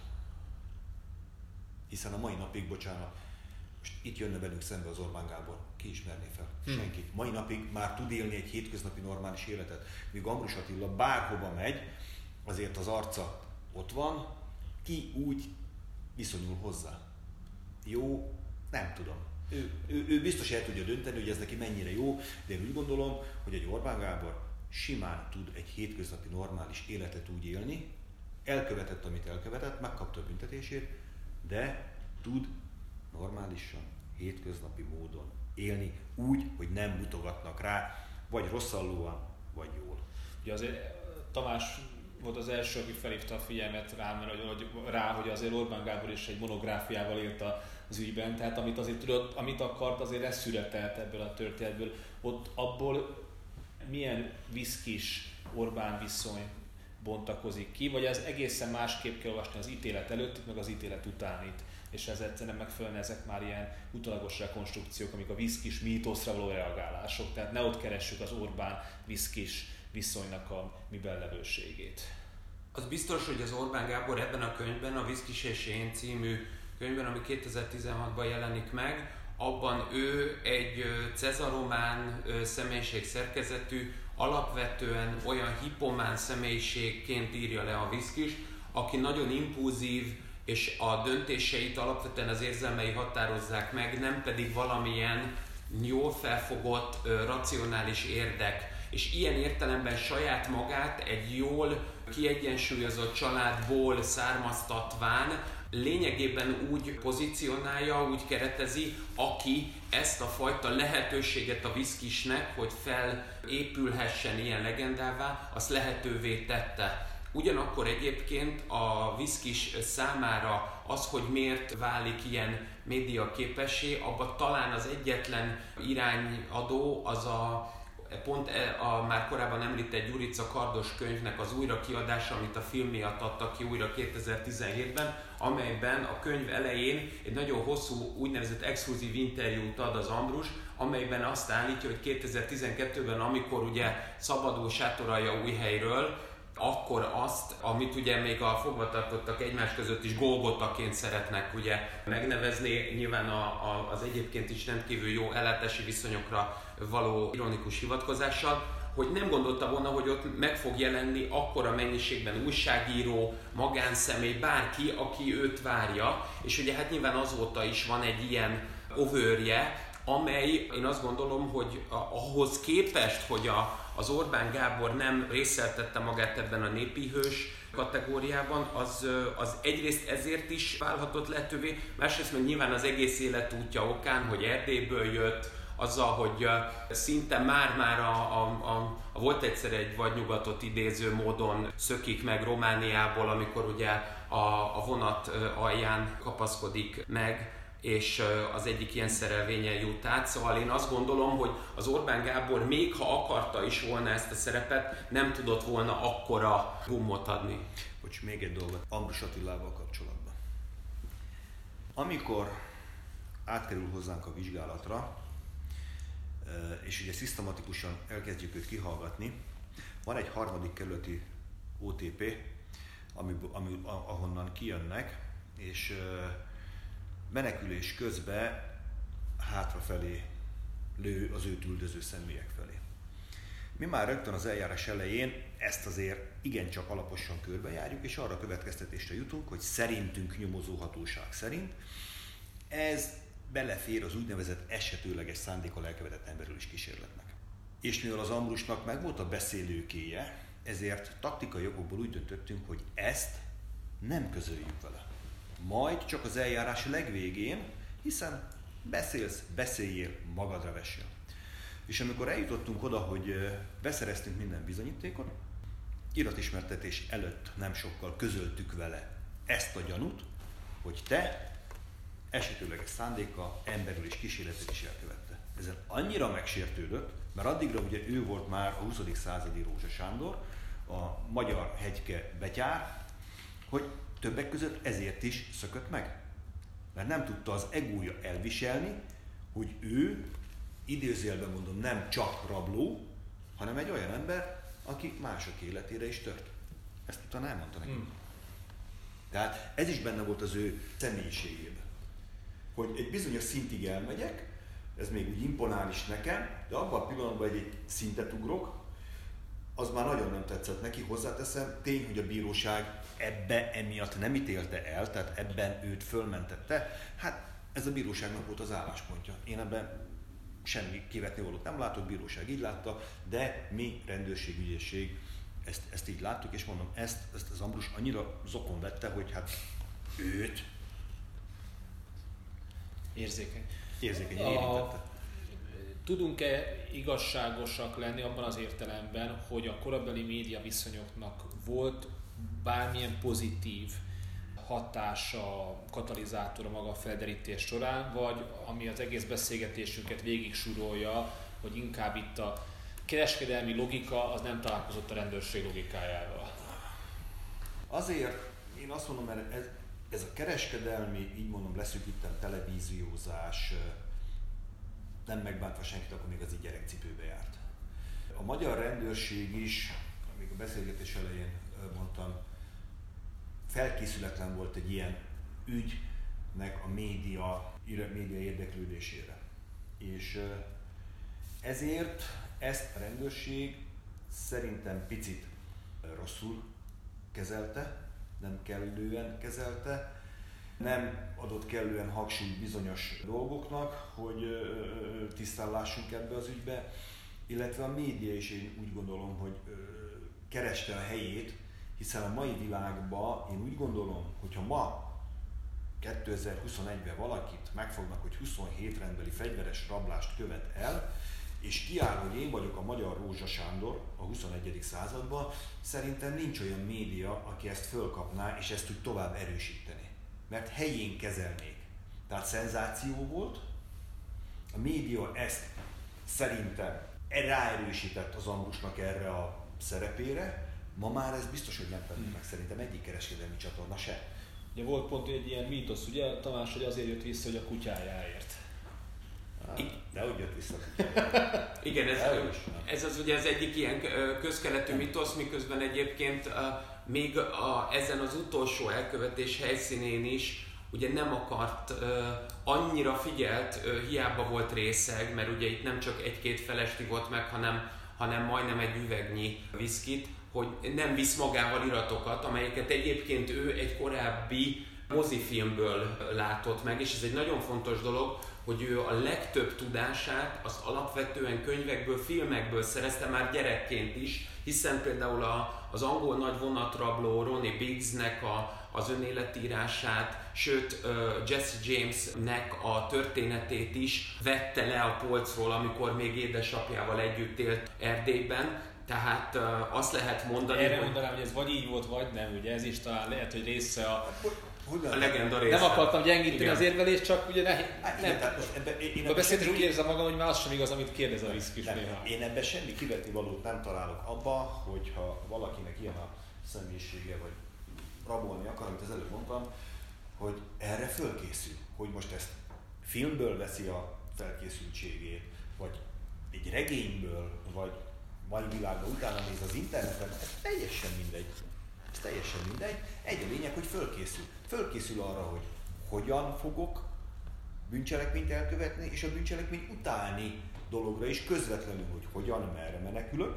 Hiszen a mai napig, bocsánat, most itt jönne velünk szembe az Orbán Gábor, ki ismerné fel? Senki. Mai napig már tud élni egy hétköznapi normális életet. Míg Ambrus Attila bárhova megy, azért az arca ott van, ki úgy viszonyul hozzá. Jó, nem tudom. Ő biztos el tudja dönteni, hogy ez neki mennyire jó, de én úgy gondolom, hogy egy Orbán Gábor simán tud egy hétköznapi normális életet úgy élni, elkövetett, amit elkövetett, megkapta a büntetését, de tud normálisan, hétköznapi módon élni úgy, hogy nem mutogatnak rá, vagy rosszallóan, vagy jól. Ugye azért Tamás volt az első, aki felhívta a figyelmet rá, hogy azért Orbán Gábor is egy monográfiával élt az ügyben, tehát amit azért tudott, amit akart, azért ez született ebből a történetből. Ott abból milyen viszkis Orbán viszony bontakozik ki, vagy az egészen másképp kell olvasni az ítélet előtt, meg az ítélet utánit, és ez egyszerűen megfelelően ezek már ilyen utalagos rekonstrukciók, amik a viszkis mítoszra való reagálások, tehát ne ott keressük az Orbán-viszkis viszonynak a miben levőségét. Az biztos, hogy az Orbán Gábor ebben a könyvben, a Viszkis és én című könyvben, ami 2016-ban jelenik meg, abban ő egy cezaromán személyiség szerkezetű, alapvetően olyan hipomán személyiségként írja le a Viszkis, aki nagyon impulzív, és a döntéseit alapvetően az érzelmei határozzák meg, nem pedig valamilyen jól felfogott, racionális érdek. És ilyen értelemben saját magát egy jól kiegyensúlyozott családból származtatván lényegében úgy pozícionálja, úgy keretezi, aki ezt a fajta lehetőséget a Viszkisnek, hogy felépülhessen ilyen legendává, azt lehetővé tette. Ugyanakkor egyébként a Viszkis számára az, hogy miért válik ilyen média képessé, abban talán az egyetlen irányadó az a már korábban említett Gyurica Kardos könyvnek az újrakiadása, amit a film miatt adtak ki újra 2017-ben, amelyben a könyv elején egy nagyon hosszú úgynevezett exkluzív interjút ad az Ambrus, amelyben azt állítja, hogy 2012-ben, amikor ugye szabadul sátoralja Újhelyről, akkor azt, amit ugye még a fogvatartottak egymás között is Golgotaként szeretnek ugye megnevezni, nyilván az egyébként is rendkívül jó ellátási viszonyokra való ironikus hivatkozással, hogy nem gondolta volna, hogy ott meg fog jelenni akkora mennyiségben újságíró, magánszemély, bárki, aki őt várja, és ugye hát nyilván azóta is van egy ilyen ovőrje, amely én azt gondolom, hogy ahhoz képest, hogy az Orbán Gábor nem részeltette magát ebben a népi hős kategóriában, az egyrészt ezért is válhatott lehetővé, másrészt meg nyilván az egész életútja okán, hogy Erdélyből jött, azzal, hogy szinte már volt egyszer egy vadnyugatot idéző módon szökik meg Romániából, amikor ugye a vonat alján kapaszkodik meg, és az egyik ilyen szerelvényen jut át. Szóval én azt gondolom, hogy az Orbán Gábor még ha akarta is volna ezt a szerepet, nem tudott volna akkora gumot adni. Bocs, még egy dolgot Ambrus Attilával kapcsolatban. Amikor átkerül hozzánk a vizsgálatra, és ugye szisztematikusan elkezdjük őt kihallgatni, van egy harmadik kerületi OTP, ahonnan kijönnek, és menekülés közben hátrafelé lő az őt üldöző személyek felé. Mi már rögtön az eljárás elején ezt azért igencsak alaposan körbejárjuk, és arra a következtetésre jutunk, hogy szerintünk nyomozóhatóság szerint ez belefér az úgynevezett esetőleges szándékkal elkövetett emberölés kísérletnek. És mivel az Ambrusnak megvolt a beszélőkéje, ezért taktikai okokból úgy döntöttünk, hogy ezt nem közöljük vele. Majd csak az eljárás legvégén, hiszen beszéljél, magadra vessél. És amikor eljutottunk oda, hogy beszereztünk minden bizonyítékot, iratismertetés előtt nem sokkal közöltük vele ezt a gyanút, hogy te esetőleges szándékkal emberölés kísérletet is elkövette. Ezen annyira megsértődött, mert addigra ugye ő volt már a 20. századi Rózsa Sándor, a magyar hegyke betyár, hogy többek között ezért is szökött meg. Mert nem tudta az egója elviselni, hogy ő, idézőjelben mondom, nem csak rabló, hanem egy olyan ember, aki mások életére is tört. Ezt utána elmondta nekünk. Tehát ez is benne volt az ő személyiségében. Hogy egy bizonyos szintig elmegyek, ez még úgy imponál is nekem, de abban a pillanatban egy szintet ugrok, az már nagyon nem tetszett neki, hozzáteszem, tény, hogy a bíróság emiatt nem ítélte el, tehát ebben őt fölmentette. Hát ez a bíróságnak volt az álláspontja. Én ebben semmi kivetnivalót nem látok, bíróság így látta, de mi rendőrségügyészség ezt így láttuk, és mondom, ezt az Ambrus annyira zokon vette, hogy hát őt érzékeny érintette. Tudunk-e igazságosak lenni abban az értelemben, hogy a korabeli média viszonyoknak volt bármilyen pozitív hatása, katalizátora maga a felderítés során, vagy ami az egész beszélgetésünket végig súrolja, hogy inkább itt a kereskedelmi logika az nem találkozott a rendőrség logikájával? Azért én azt mondom, mert ez a kereskedelmi, így mondom, leszűkítem, televíziózás, nem megbántva senkit, akkor még az így gyerekcipőbe járt. A magyar rendőrség is, amíg a beszélgetés elején mondtam, felkészületlen volt egy ilyen ügynek a média érdeklődésére. És ezért ezt a rendőrség szerintem picit rosszul kezelte, nem kellően kezelte, nem adott kellően hangsúlyt bizonyos dolgoknak, hogy tisztán lássunk ebbe az ügybe, illetve a média is én úgy gondolom, hogy kereste a helyét, hiszen a mai világban én úgy gondolom, hogyha ma 2021-ben valakit megfognak, hogy 27 rendbeli fegyveres rablást követ el, és kiáll, hogy én vagyok a magyar Rózsa Sándor a 21. században, szerintem nincs olyan média, aki ezt fölkapná, és ezt úgy tovább erősíteni. Mert helyén kezelnék. Tehát szenzáció volt, a média ezt szerintem ráerősített az Ambrusnak erre a szerepére, ma már ez biztos, hogy nem tenni meg szerintem egyik kereskedelmi csatorna se. Ugye volt pont egy ilyen mítosz, ugye Tamás, hogy azért jött vissza, hogy a kutyájáért. De úgy jött vissza. Igen, ez az ugye az egyik ilyen közkeletű mitosz, miközben egyébként még ezen az utolsó elkövetés helyszínén is ugye nem akart, annyira figyelt, hiába volt részeg, mert ugye itt nem csak egy-két felest ivott meg, hanem majdnem egy üvegnyi viszkit, hogy nem visz magával iratokat, amelyeket egyébként ő egy korábbi mozifilmből látott meg, és ez egy nagyon fontos dolog, hogy ő a legtöbb tudását azt alapvetően könyvekből, filmekből szerezte már gyerekként is, hiszen például az angol nagy vonatrabló Ronnie Biggsnek az önéletírását, sőt Jesse Jamesnek a történetét is vette le a polcról, amikor még édesapjával együtt élt Erdélyben. Tehát azt lehet mondani, erre mondanám, hogy ez vagy így volt, vagy nem, ugye ez is talán lehet, hogy része a legenda része. Nem akartam gyengíteni az érvelést, csak ugye A beszélés úgy érzem magam, hogy már az sem igaz, amit kérdez a viszkis néha. Én ebben semmi kivetnivalót nem találok abba, hogyha valakinek ilyen a személyisége, vagy rabolni akar, amit az előbb mondtam, hogy erre fölkészül, hogy most ezt filmből veszi a felkészültségét, vagy egy regényből, vagy mai világban utána néz az interneten, ez teljesen mindegy. Ez teljesen mindegy. Egy a lényeg, hogy fölkészül. Fölkészül arra, hogy hogyan fogok bűncselekményt elkövetni, és a bűncselekmény utáni dologra is közvetlenül, hogy hogyan, merre menekülök,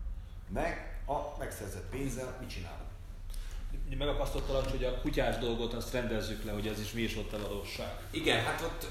meg a megszerzett pénzzel mit csinálok. Megakasztottalak, hogy a kutyás dolgot azt rendezzük le, hogy ez is mi is ott a valóság. Igen, hát ott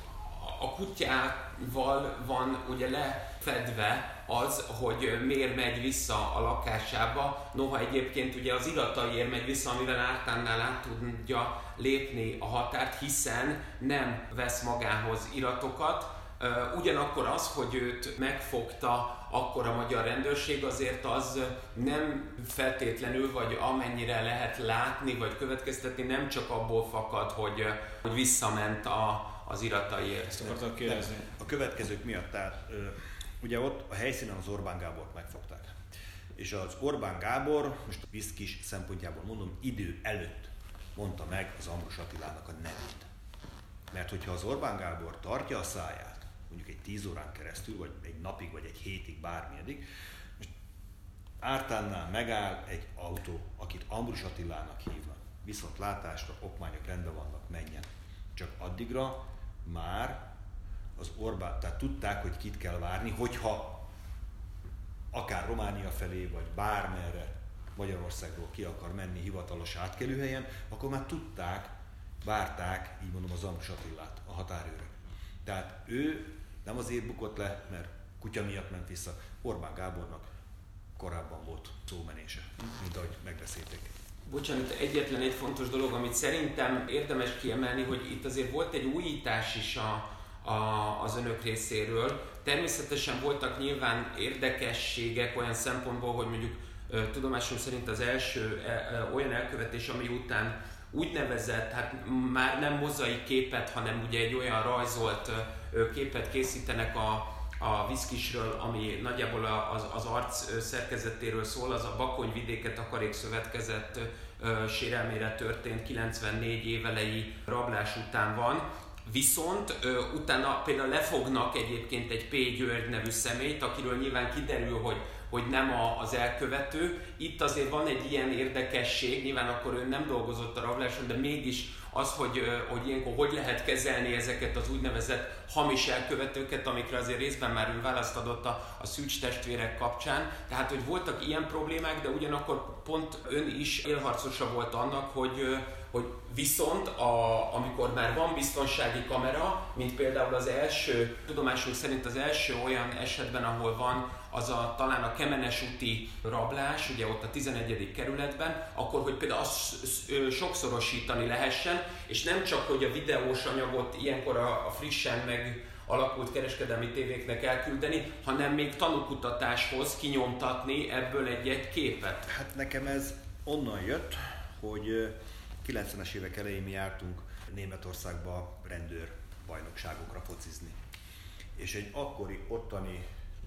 a kutyával van ugye lefedve az, hogy miért megy vissza a lakásába, noha egyébként ugye az irataiért megy vissza, amivel Ártánnál át tudja lépni a határt, hiszen nem vesz magához iratokat. Ugyanakkor az, hogy őt megfogta akkor a magyar rendőrség, azért az nem feltétlenül, vagy amennyire lehet látni, vagy következtetni, nem csak abból fakad, hogy visszament az irataiért. Ezt akartak kérdezni. A következők miatt, tehát ugye ott a helyszínen az Orbán Gábort megfogták. És az Orbán Gábor, most a viszkis szempontjából mondom, idő előtt mondta meg az Ambrus Attilának a nevét. Mert hogyha az Orbán Gábor tartja a száját, mondjuk egy 10 órán keresztül, vagy egy napig, vagy egy hétig, bármilyenig, most Ártánnál megáll egy autó, akit Ambrus Attilának hívnak. Viszont látásra, okmányok rendben vannak, menjen. Csak addigra már az Orbán, tehát tudták, hogy kit kell várni, hogyha akár Románia felé, vagy bármerre Magyarországról ki akar menni hivatalos átkelőhelyen, akkor már tudták, várták, így mondom, az Ambrus Attilát, a határőrök. Tehát ő nem azért bukott le, mert kutya miatt ment vissza, Orbán Gábornak korábban volt szómenése, mint ahogy megbeszélték. Bocsánat, egyetlen egy fontos dolog, amit szerintem érdemes kiemelni, hogy itt azért volt egy újítás is az önök részéről. Természetesen voltak nyilván érdekességek olyan szempontból, hogy mondjuk tudomásom szerint az első olyan elkövetés, ami után úgynevezett, hát már nem mozaik képet, hanem ugye egy olyan rajzolt képet készítenek a viszkisről, ami nagyjából az arc szerkezetéről szól, az a Bakonyvidéke Takarékszövetkezet sérelmére történt 94 évelei rablás után van. Viszont utána például lefognak egyébként egy P. György nevű személyt, akiről nyilván kiderül, hogy nem az elkövető. Itt azért van egy ilyen érdekesség, nyilván akkor ő nem dolgozott a rabláson, de mégis az, hogy ilyenkor hogy lehet kezelni ezeket az úgynevezett hamis elkövetőket, amikre azért részben már ön választ adott a Szűcs testvérek kapcsán. Tehát, hogy voltak ilyen problémák, de ugyanakkor pont ön is élharcosa volt annak, hogy viszont amikor már van biztonsági kamera, mint például az első, tudomásunk szerint az első olyan esetben, ahol van talán a Kemenes úti rablás, ugye ott a 11. kerületben, akkor hogy például azt sokszorosítani lehessen, és nem csak, hogy a videós anyagot ilyenkor a frissen meg alakult kereskedelmi tévéknek elküldeni, hanem még tanúkutatáshoz kinyomtatni ebből egy képet. Hát nekem ez onnan jött, hogy 90-es évek elején mi jártunk Németországba rendőrbajnokságokra focizni. És egy akkori ottani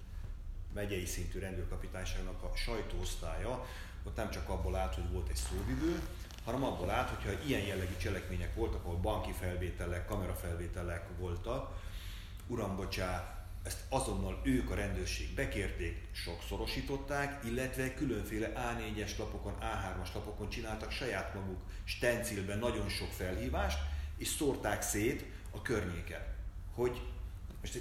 megyei szintű rendőrkapitányságnak a sajtóosztálya ott nem csak abból állt, hogy volt egy szóvivő, hanem abból állt, hogyha ilyen jellegű cselekmények voltak, ahol banki felvételek, kamerafelvételek voltak, uram bocsá, ezt azonnal ők a rendőrség bekérték, sokszorosították, illetve különféle A4-es lapokon, A3-as lapokon csináltak saját maguk stencilben nagyon sok felhívást, és szórták szét a környéken. Hogy most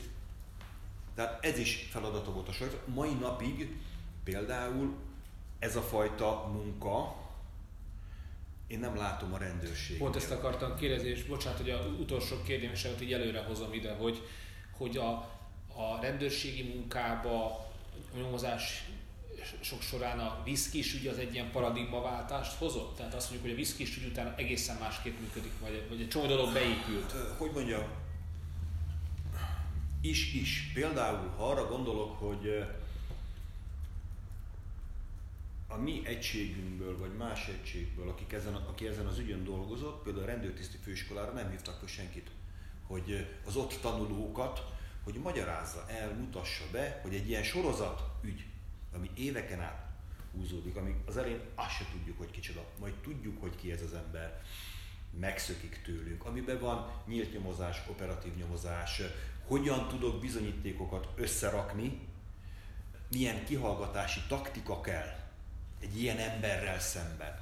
tehát ez is feladata volt a sajtó. Mai napig például ez a fajta munka, én nem látom a rendőrséget. Pont ezt akartam kérdezni, és bocsánat, hogy az utolsó kérdésemet így előre hozom ide, hogy a rendőrségi munkába, a nyomozás sok során a viszkis ügy az egy ilyen paradigmaváltást hozott? Tehát azt mondjuk, hogy a viszkis ügy után egészen másképp működik, vagy egy csomó dolog beépült. Hogy mondjam, is. Például, ha arra gondolok, hogy a mi egységünkből, vagy más egységből, aki ezen az ügyön dolgozott, például a rendőrtiszti főiskolára nem hívtak fel senkit, hogy az ott tanulókat, hogy magyarázza el, mutassa be, hogy egy ilyen sorozatügy, ami éveken át húzódik, ami az elején azt se tudjuk, hogy kicsoda, majd tudjuk, hogy ki ez az ember, megszökik tőlünk, amiben van nyílt nyomozás, operatív nyomozás, hogyan tudok bizonyítékokat összerakni, milyen kihallgatási taktika kell egy ilyen emberrel szemben.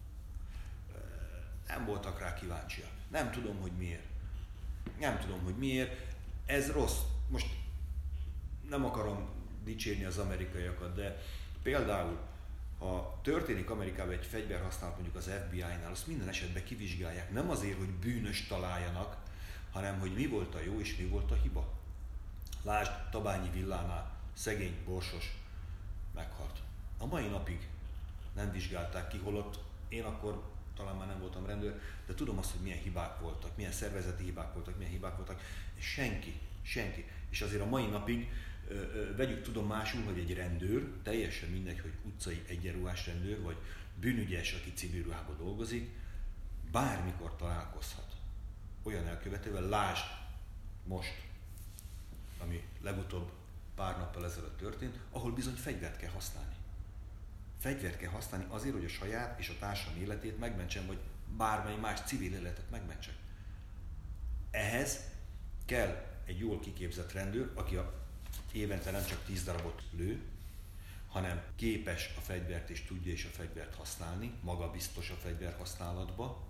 Nem voltak rá kíváncsiak. Nem tudom, hogy miért. Ez rossz. Most nem akarom dicsérni az amerikaiakat, de például, ha történik Amerikában egy fegyverhasználat mondjuk az FBI-nál, azt minden esetben kivizsgálják. Nem azért, hogy bűnöst találjanak, hanem hogy mi volt a jó és mi volt a hiba. Lásd, Tabányi Villánál szegény Borsos meghalt. A mai napig nem vizsgálták ki, holott én akkor talán már nem voltam rendőr, de tudom azt, hogy milyen hibák voltak, milyen szervezeti hibák voltak, és senki. És azért a mai napig vegyük tudomásul, hogy egy rendőr, teljesen mindegy, hogy utcai egyenruhás rendőr, vagy bűnügyes, aki civil ruhában dolgozik, bármikor találkozhat olyan elkövetővel, lásd most, ami legutóbb pár nappal ezelőtt történt, ahol bizony fegyvert kell használni. Fegyvert kell használni azért, hogy a saját és a társam életét megmentsem, vagy bármely más civil életet megmentsek. Ehhez kell egy jól kiképzett rendőr, aki évente nem csak 10 darabot lő, hanem képes a fegyvert és tudja is a fegyvert használni, magabiztos a fegyverhasználatba.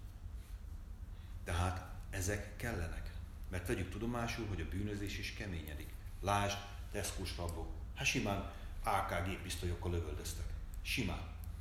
Tehát ezek kellenek. Mert vegyük tudomásul, hogy a bűnözés is keményedik. Lásd, Tesco-s rabok. Hát simán AK géppisztolyokkal lövöldöztek. Simán.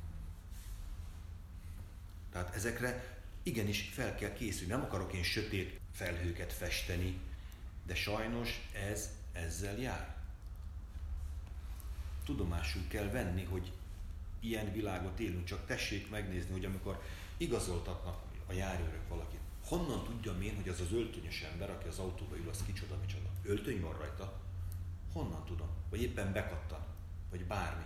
Tehát ezekre igenis fel kell készülni. Nem akarok én sötét felhőket festeni, de sajnos ez ezzel jár. tudomásul kell venni, hogy ilyen világot élünk, csak tessék megnézni, hogy amikor igazoltatnak a járőrök valakit, honnan tudjam én, hogy az az öltönyös ember, aki az autóba ül, az kicsoda, micsoda? Öltöny van rajta? Honnan tudom? Vagy éppen bekattan? Vagy bármi?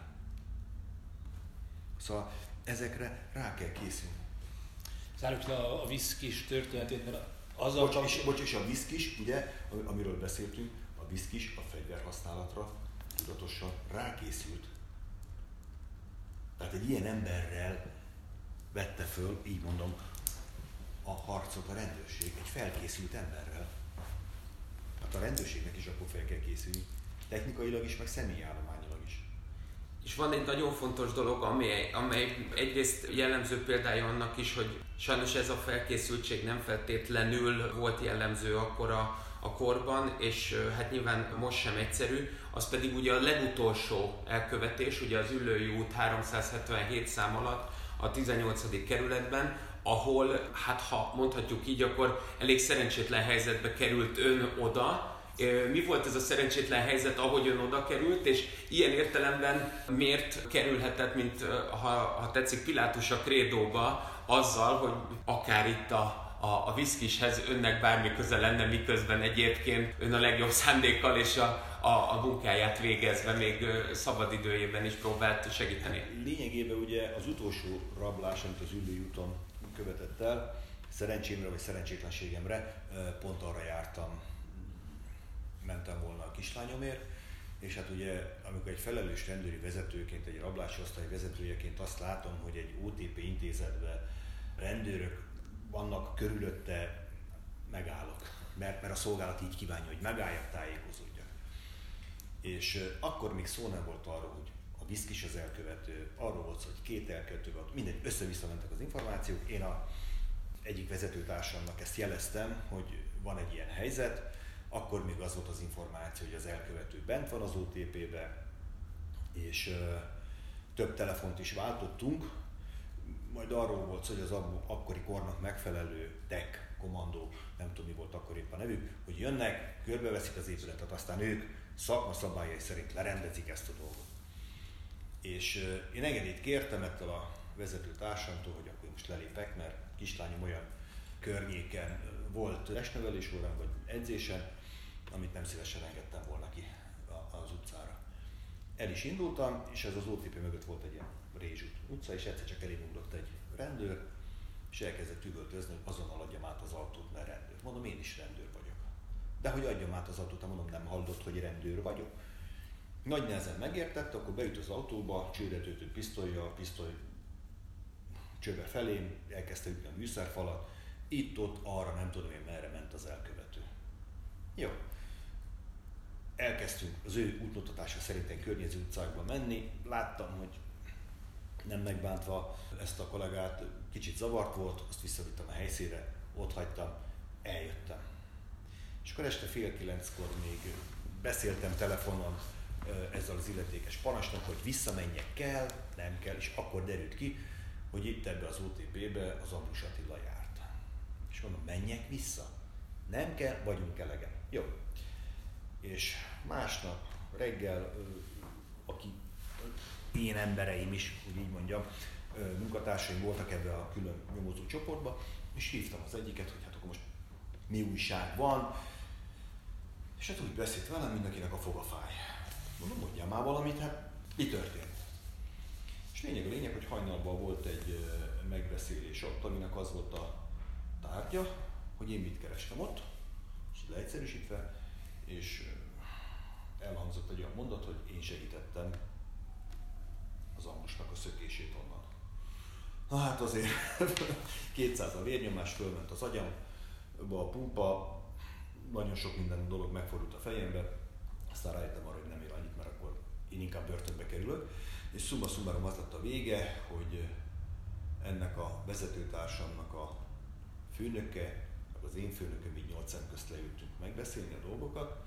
Szóval ezekre rá kell készülni. Zárjuk le a viszkis történetét, mert és a viszkis, ugye, amiről beszéltünk, a viszkis a fegyverhasználatra tudatosan rákészült. Tehát egy ilyen emberrel vette föl, így mondom, a harcot a rendőrség, egy felkészült emberrel. Hát a rendőrségnek is akkor fel kell készülni, technikailag is, meg személyállományilag is. És van egy nagyon fontos dolog, amely egyrészt jellemző példája annak is, hogy sajnos ez a felkészültség nem feltétlenül volt jellemző akkor a korban, és hát nyilván most sem egyszerű, az pedig ugye a legutolsó elkövetés, ugye az Üllői út 377 szám alatt a 18. kerületben, ahol, hát ha mondhatjuk így, akkor elég szerencsétlen helyzetbe került ön oda. Mi volt ez a szerencsétlen helyzet, ahogy ön oda került, és ilyen értelemben miért kerülhetett, mint ha tetszik, Pilátus a krédóba azzal, hogy akár itt a viszkishez önnek bármi köze lenne, miközben egyébként ön a legjobb szándékkal és a munkáját végezve még szabadidőjében is próbált segíteni. Lényegében ugye az utolsó rablás, amit az Üllői úton követett el, szerencsémre vagy szerencsétlenségemre pont arra jártam, mentem volna a kislányomért, és hát ugye amikor egy felelős rendőri vezetőként, egy rablási osztály vezetőjeként azt látom, hogy egy OTP intézetben rendőrök vannak körülötte, megállok, mert a szolgálat így kívánja, hogy megálljak, tájékozódjak. És akkor még szó nem volt arról, hogy a viszkis az elkövető, arról volt szó, hogy 2 elkövető volt, mindegy, össze-vissza mentek az információk. Én egyik vezetőtársamnak ezt jeleztem, hogy van egy ilyen helyzet, akkor még az volt az információ, hogy az elkövető bent van az OTP-be, és több telefont is váltottunk, majd arról volt szó, hogy az akkori kornak megfelelő TEK kommandó, nem tudom mi volt akkor éppen a nevük, hogy jönnek, körbeveszik az épületet, aztán ők szakma szabályai szerint lerendezik ezt a dolgot. És én engedélyt kértem ettől a vezető társamtól, hogy akkor most lelépek, mert kislányom olyan környéken volt testnevelés órán vagy edzésen, amit nem szívesen engedtem volna ki az utcára. El is indultam, és ez az OTP mögött volt egy ilyen Rézsút utca, és egyszer csak elém ugrott egy rendőr, és elkezdett üvöltözni, hogy azonnal adjam át az autót, mert rendőr. Mondom, én is rendőr vagyok. De hogy adjam át az autót, mondom, nem hallott, hogy rendőr vagyok. Nagy nehezen megértette, akkor beüt az autóba, csőre töltött pisztolya, pisztoly csöve felém, elkezdte ütni a műszerfalat, itt-ott, arra nem tudom én merre ment az elkövető. Jó. Elkezdtünk az ő útmutatása szerint környező utcákba menni, láttam, hogy nem megbántva ezt a kollégát, kicsit zavart volt, azt visszavittem a helyszínre, ott hagytam, eljöttem. És akkor este 8:30-kor még beszéltem telefonon ezzel az illetékes parancsnok, hogy visszamenjek kell, nem kell, és akkor derült ki, hogy itt ebbe az OTP-be az Ambrus Attila járt. És mondom, menjek vissza? Nem kell, vagyunk elegen. Jó. És másnap reggel, aki én embereim is, úgy így mondjam, munkatársaim voltak ebbe a külön nyomozó csoportba, és hívtam az egyiket, hogy hát akkor most mi újság van, és hát úgy beszélt velem, mindenkinek a foga fáj. Mondom, mondjál már valamit, hát mi történt? És a lényeg, hogy hajnalban volt egy megbeszélés ott, aminek az volt a tárgya, hogy én mit kerestem ott, és leegyszerűsítve, és elhangzott egy olyan mondat, hogy én segítettem az Ambrusnak a szökését onnan. Na hát azért 200 a vérnyomás, fölment az agyamba a pumpa, nagyon sok minden dolog megfordult a fejembe, aztán rájöttem arra, hogy nem ér annyit, mert akkor én inkább börtönbe kerülök, és summa summarum az lett a vége, hogy ennek a vezetőtársamnak a főnöke, az én főnököm, így 8 szem közt leültünk megbeszélni a dolgokat.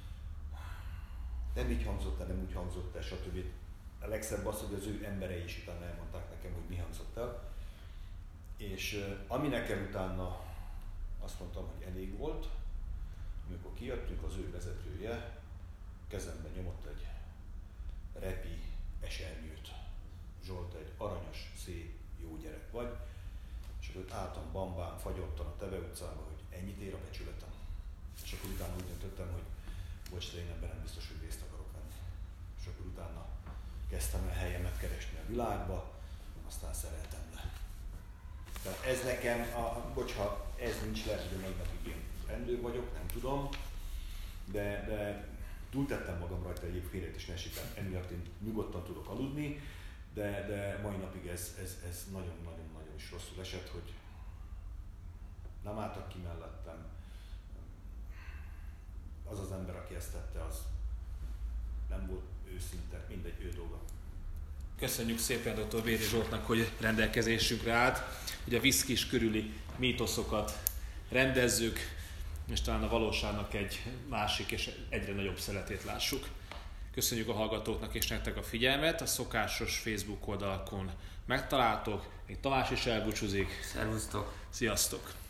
Nem így hangzott el, nem úgy hangzott el, stb. A legszebb az, hogy az ő emberei is utána elmondták nekem, hogy mi hangzott el. És ami nekem utána azt mondtam, hogy elég volt, amikor kijöttünk, az ő vezetője kezembe nyomott egy Repi esernyőt. Zsolt, egy aranyos, szép, jó gyerek vagy. És akkor álltam bambán, fagyottan a Teve utcában, hogy ennyit ér a becsületem. És akkor utána úgy döntöttem, hogy bocs, én ebben nem biztos, hogy részt akarok venni. És akkor utána kezdtem el helyemet keresni a világba, aztán szereltem le. Tehát ez nekem, ha ez nincs, lehet, hogy a mai napig én rendőr vagyok, nem tudom, de túltettem magam rajta, egyéb félret is ne esik, emiatt én nyugodtan tudok aludni, de mai napig ez nagyon-nagyon is rosszul esett, hogy nem álltak ki mellettem. Az az ember, aki ezt tette, az nem volt őszinte, mindegy, ő dolga. Köszönjük szépen dr. Béri Zsoltnak, hogy rendelkezésünkre állt, hogy a viszkis körüli mítoszokat rendezzük, és talán a valóságnak egy másik és egyre nagyobb szeletét lássuk. Köszönjük a hallgatóknak és nektek a figyelmet, a szokásos Facebook oldalakon megtaláltok, még Tamás is elbúcsúzik. Szervusztok! Sziasztok!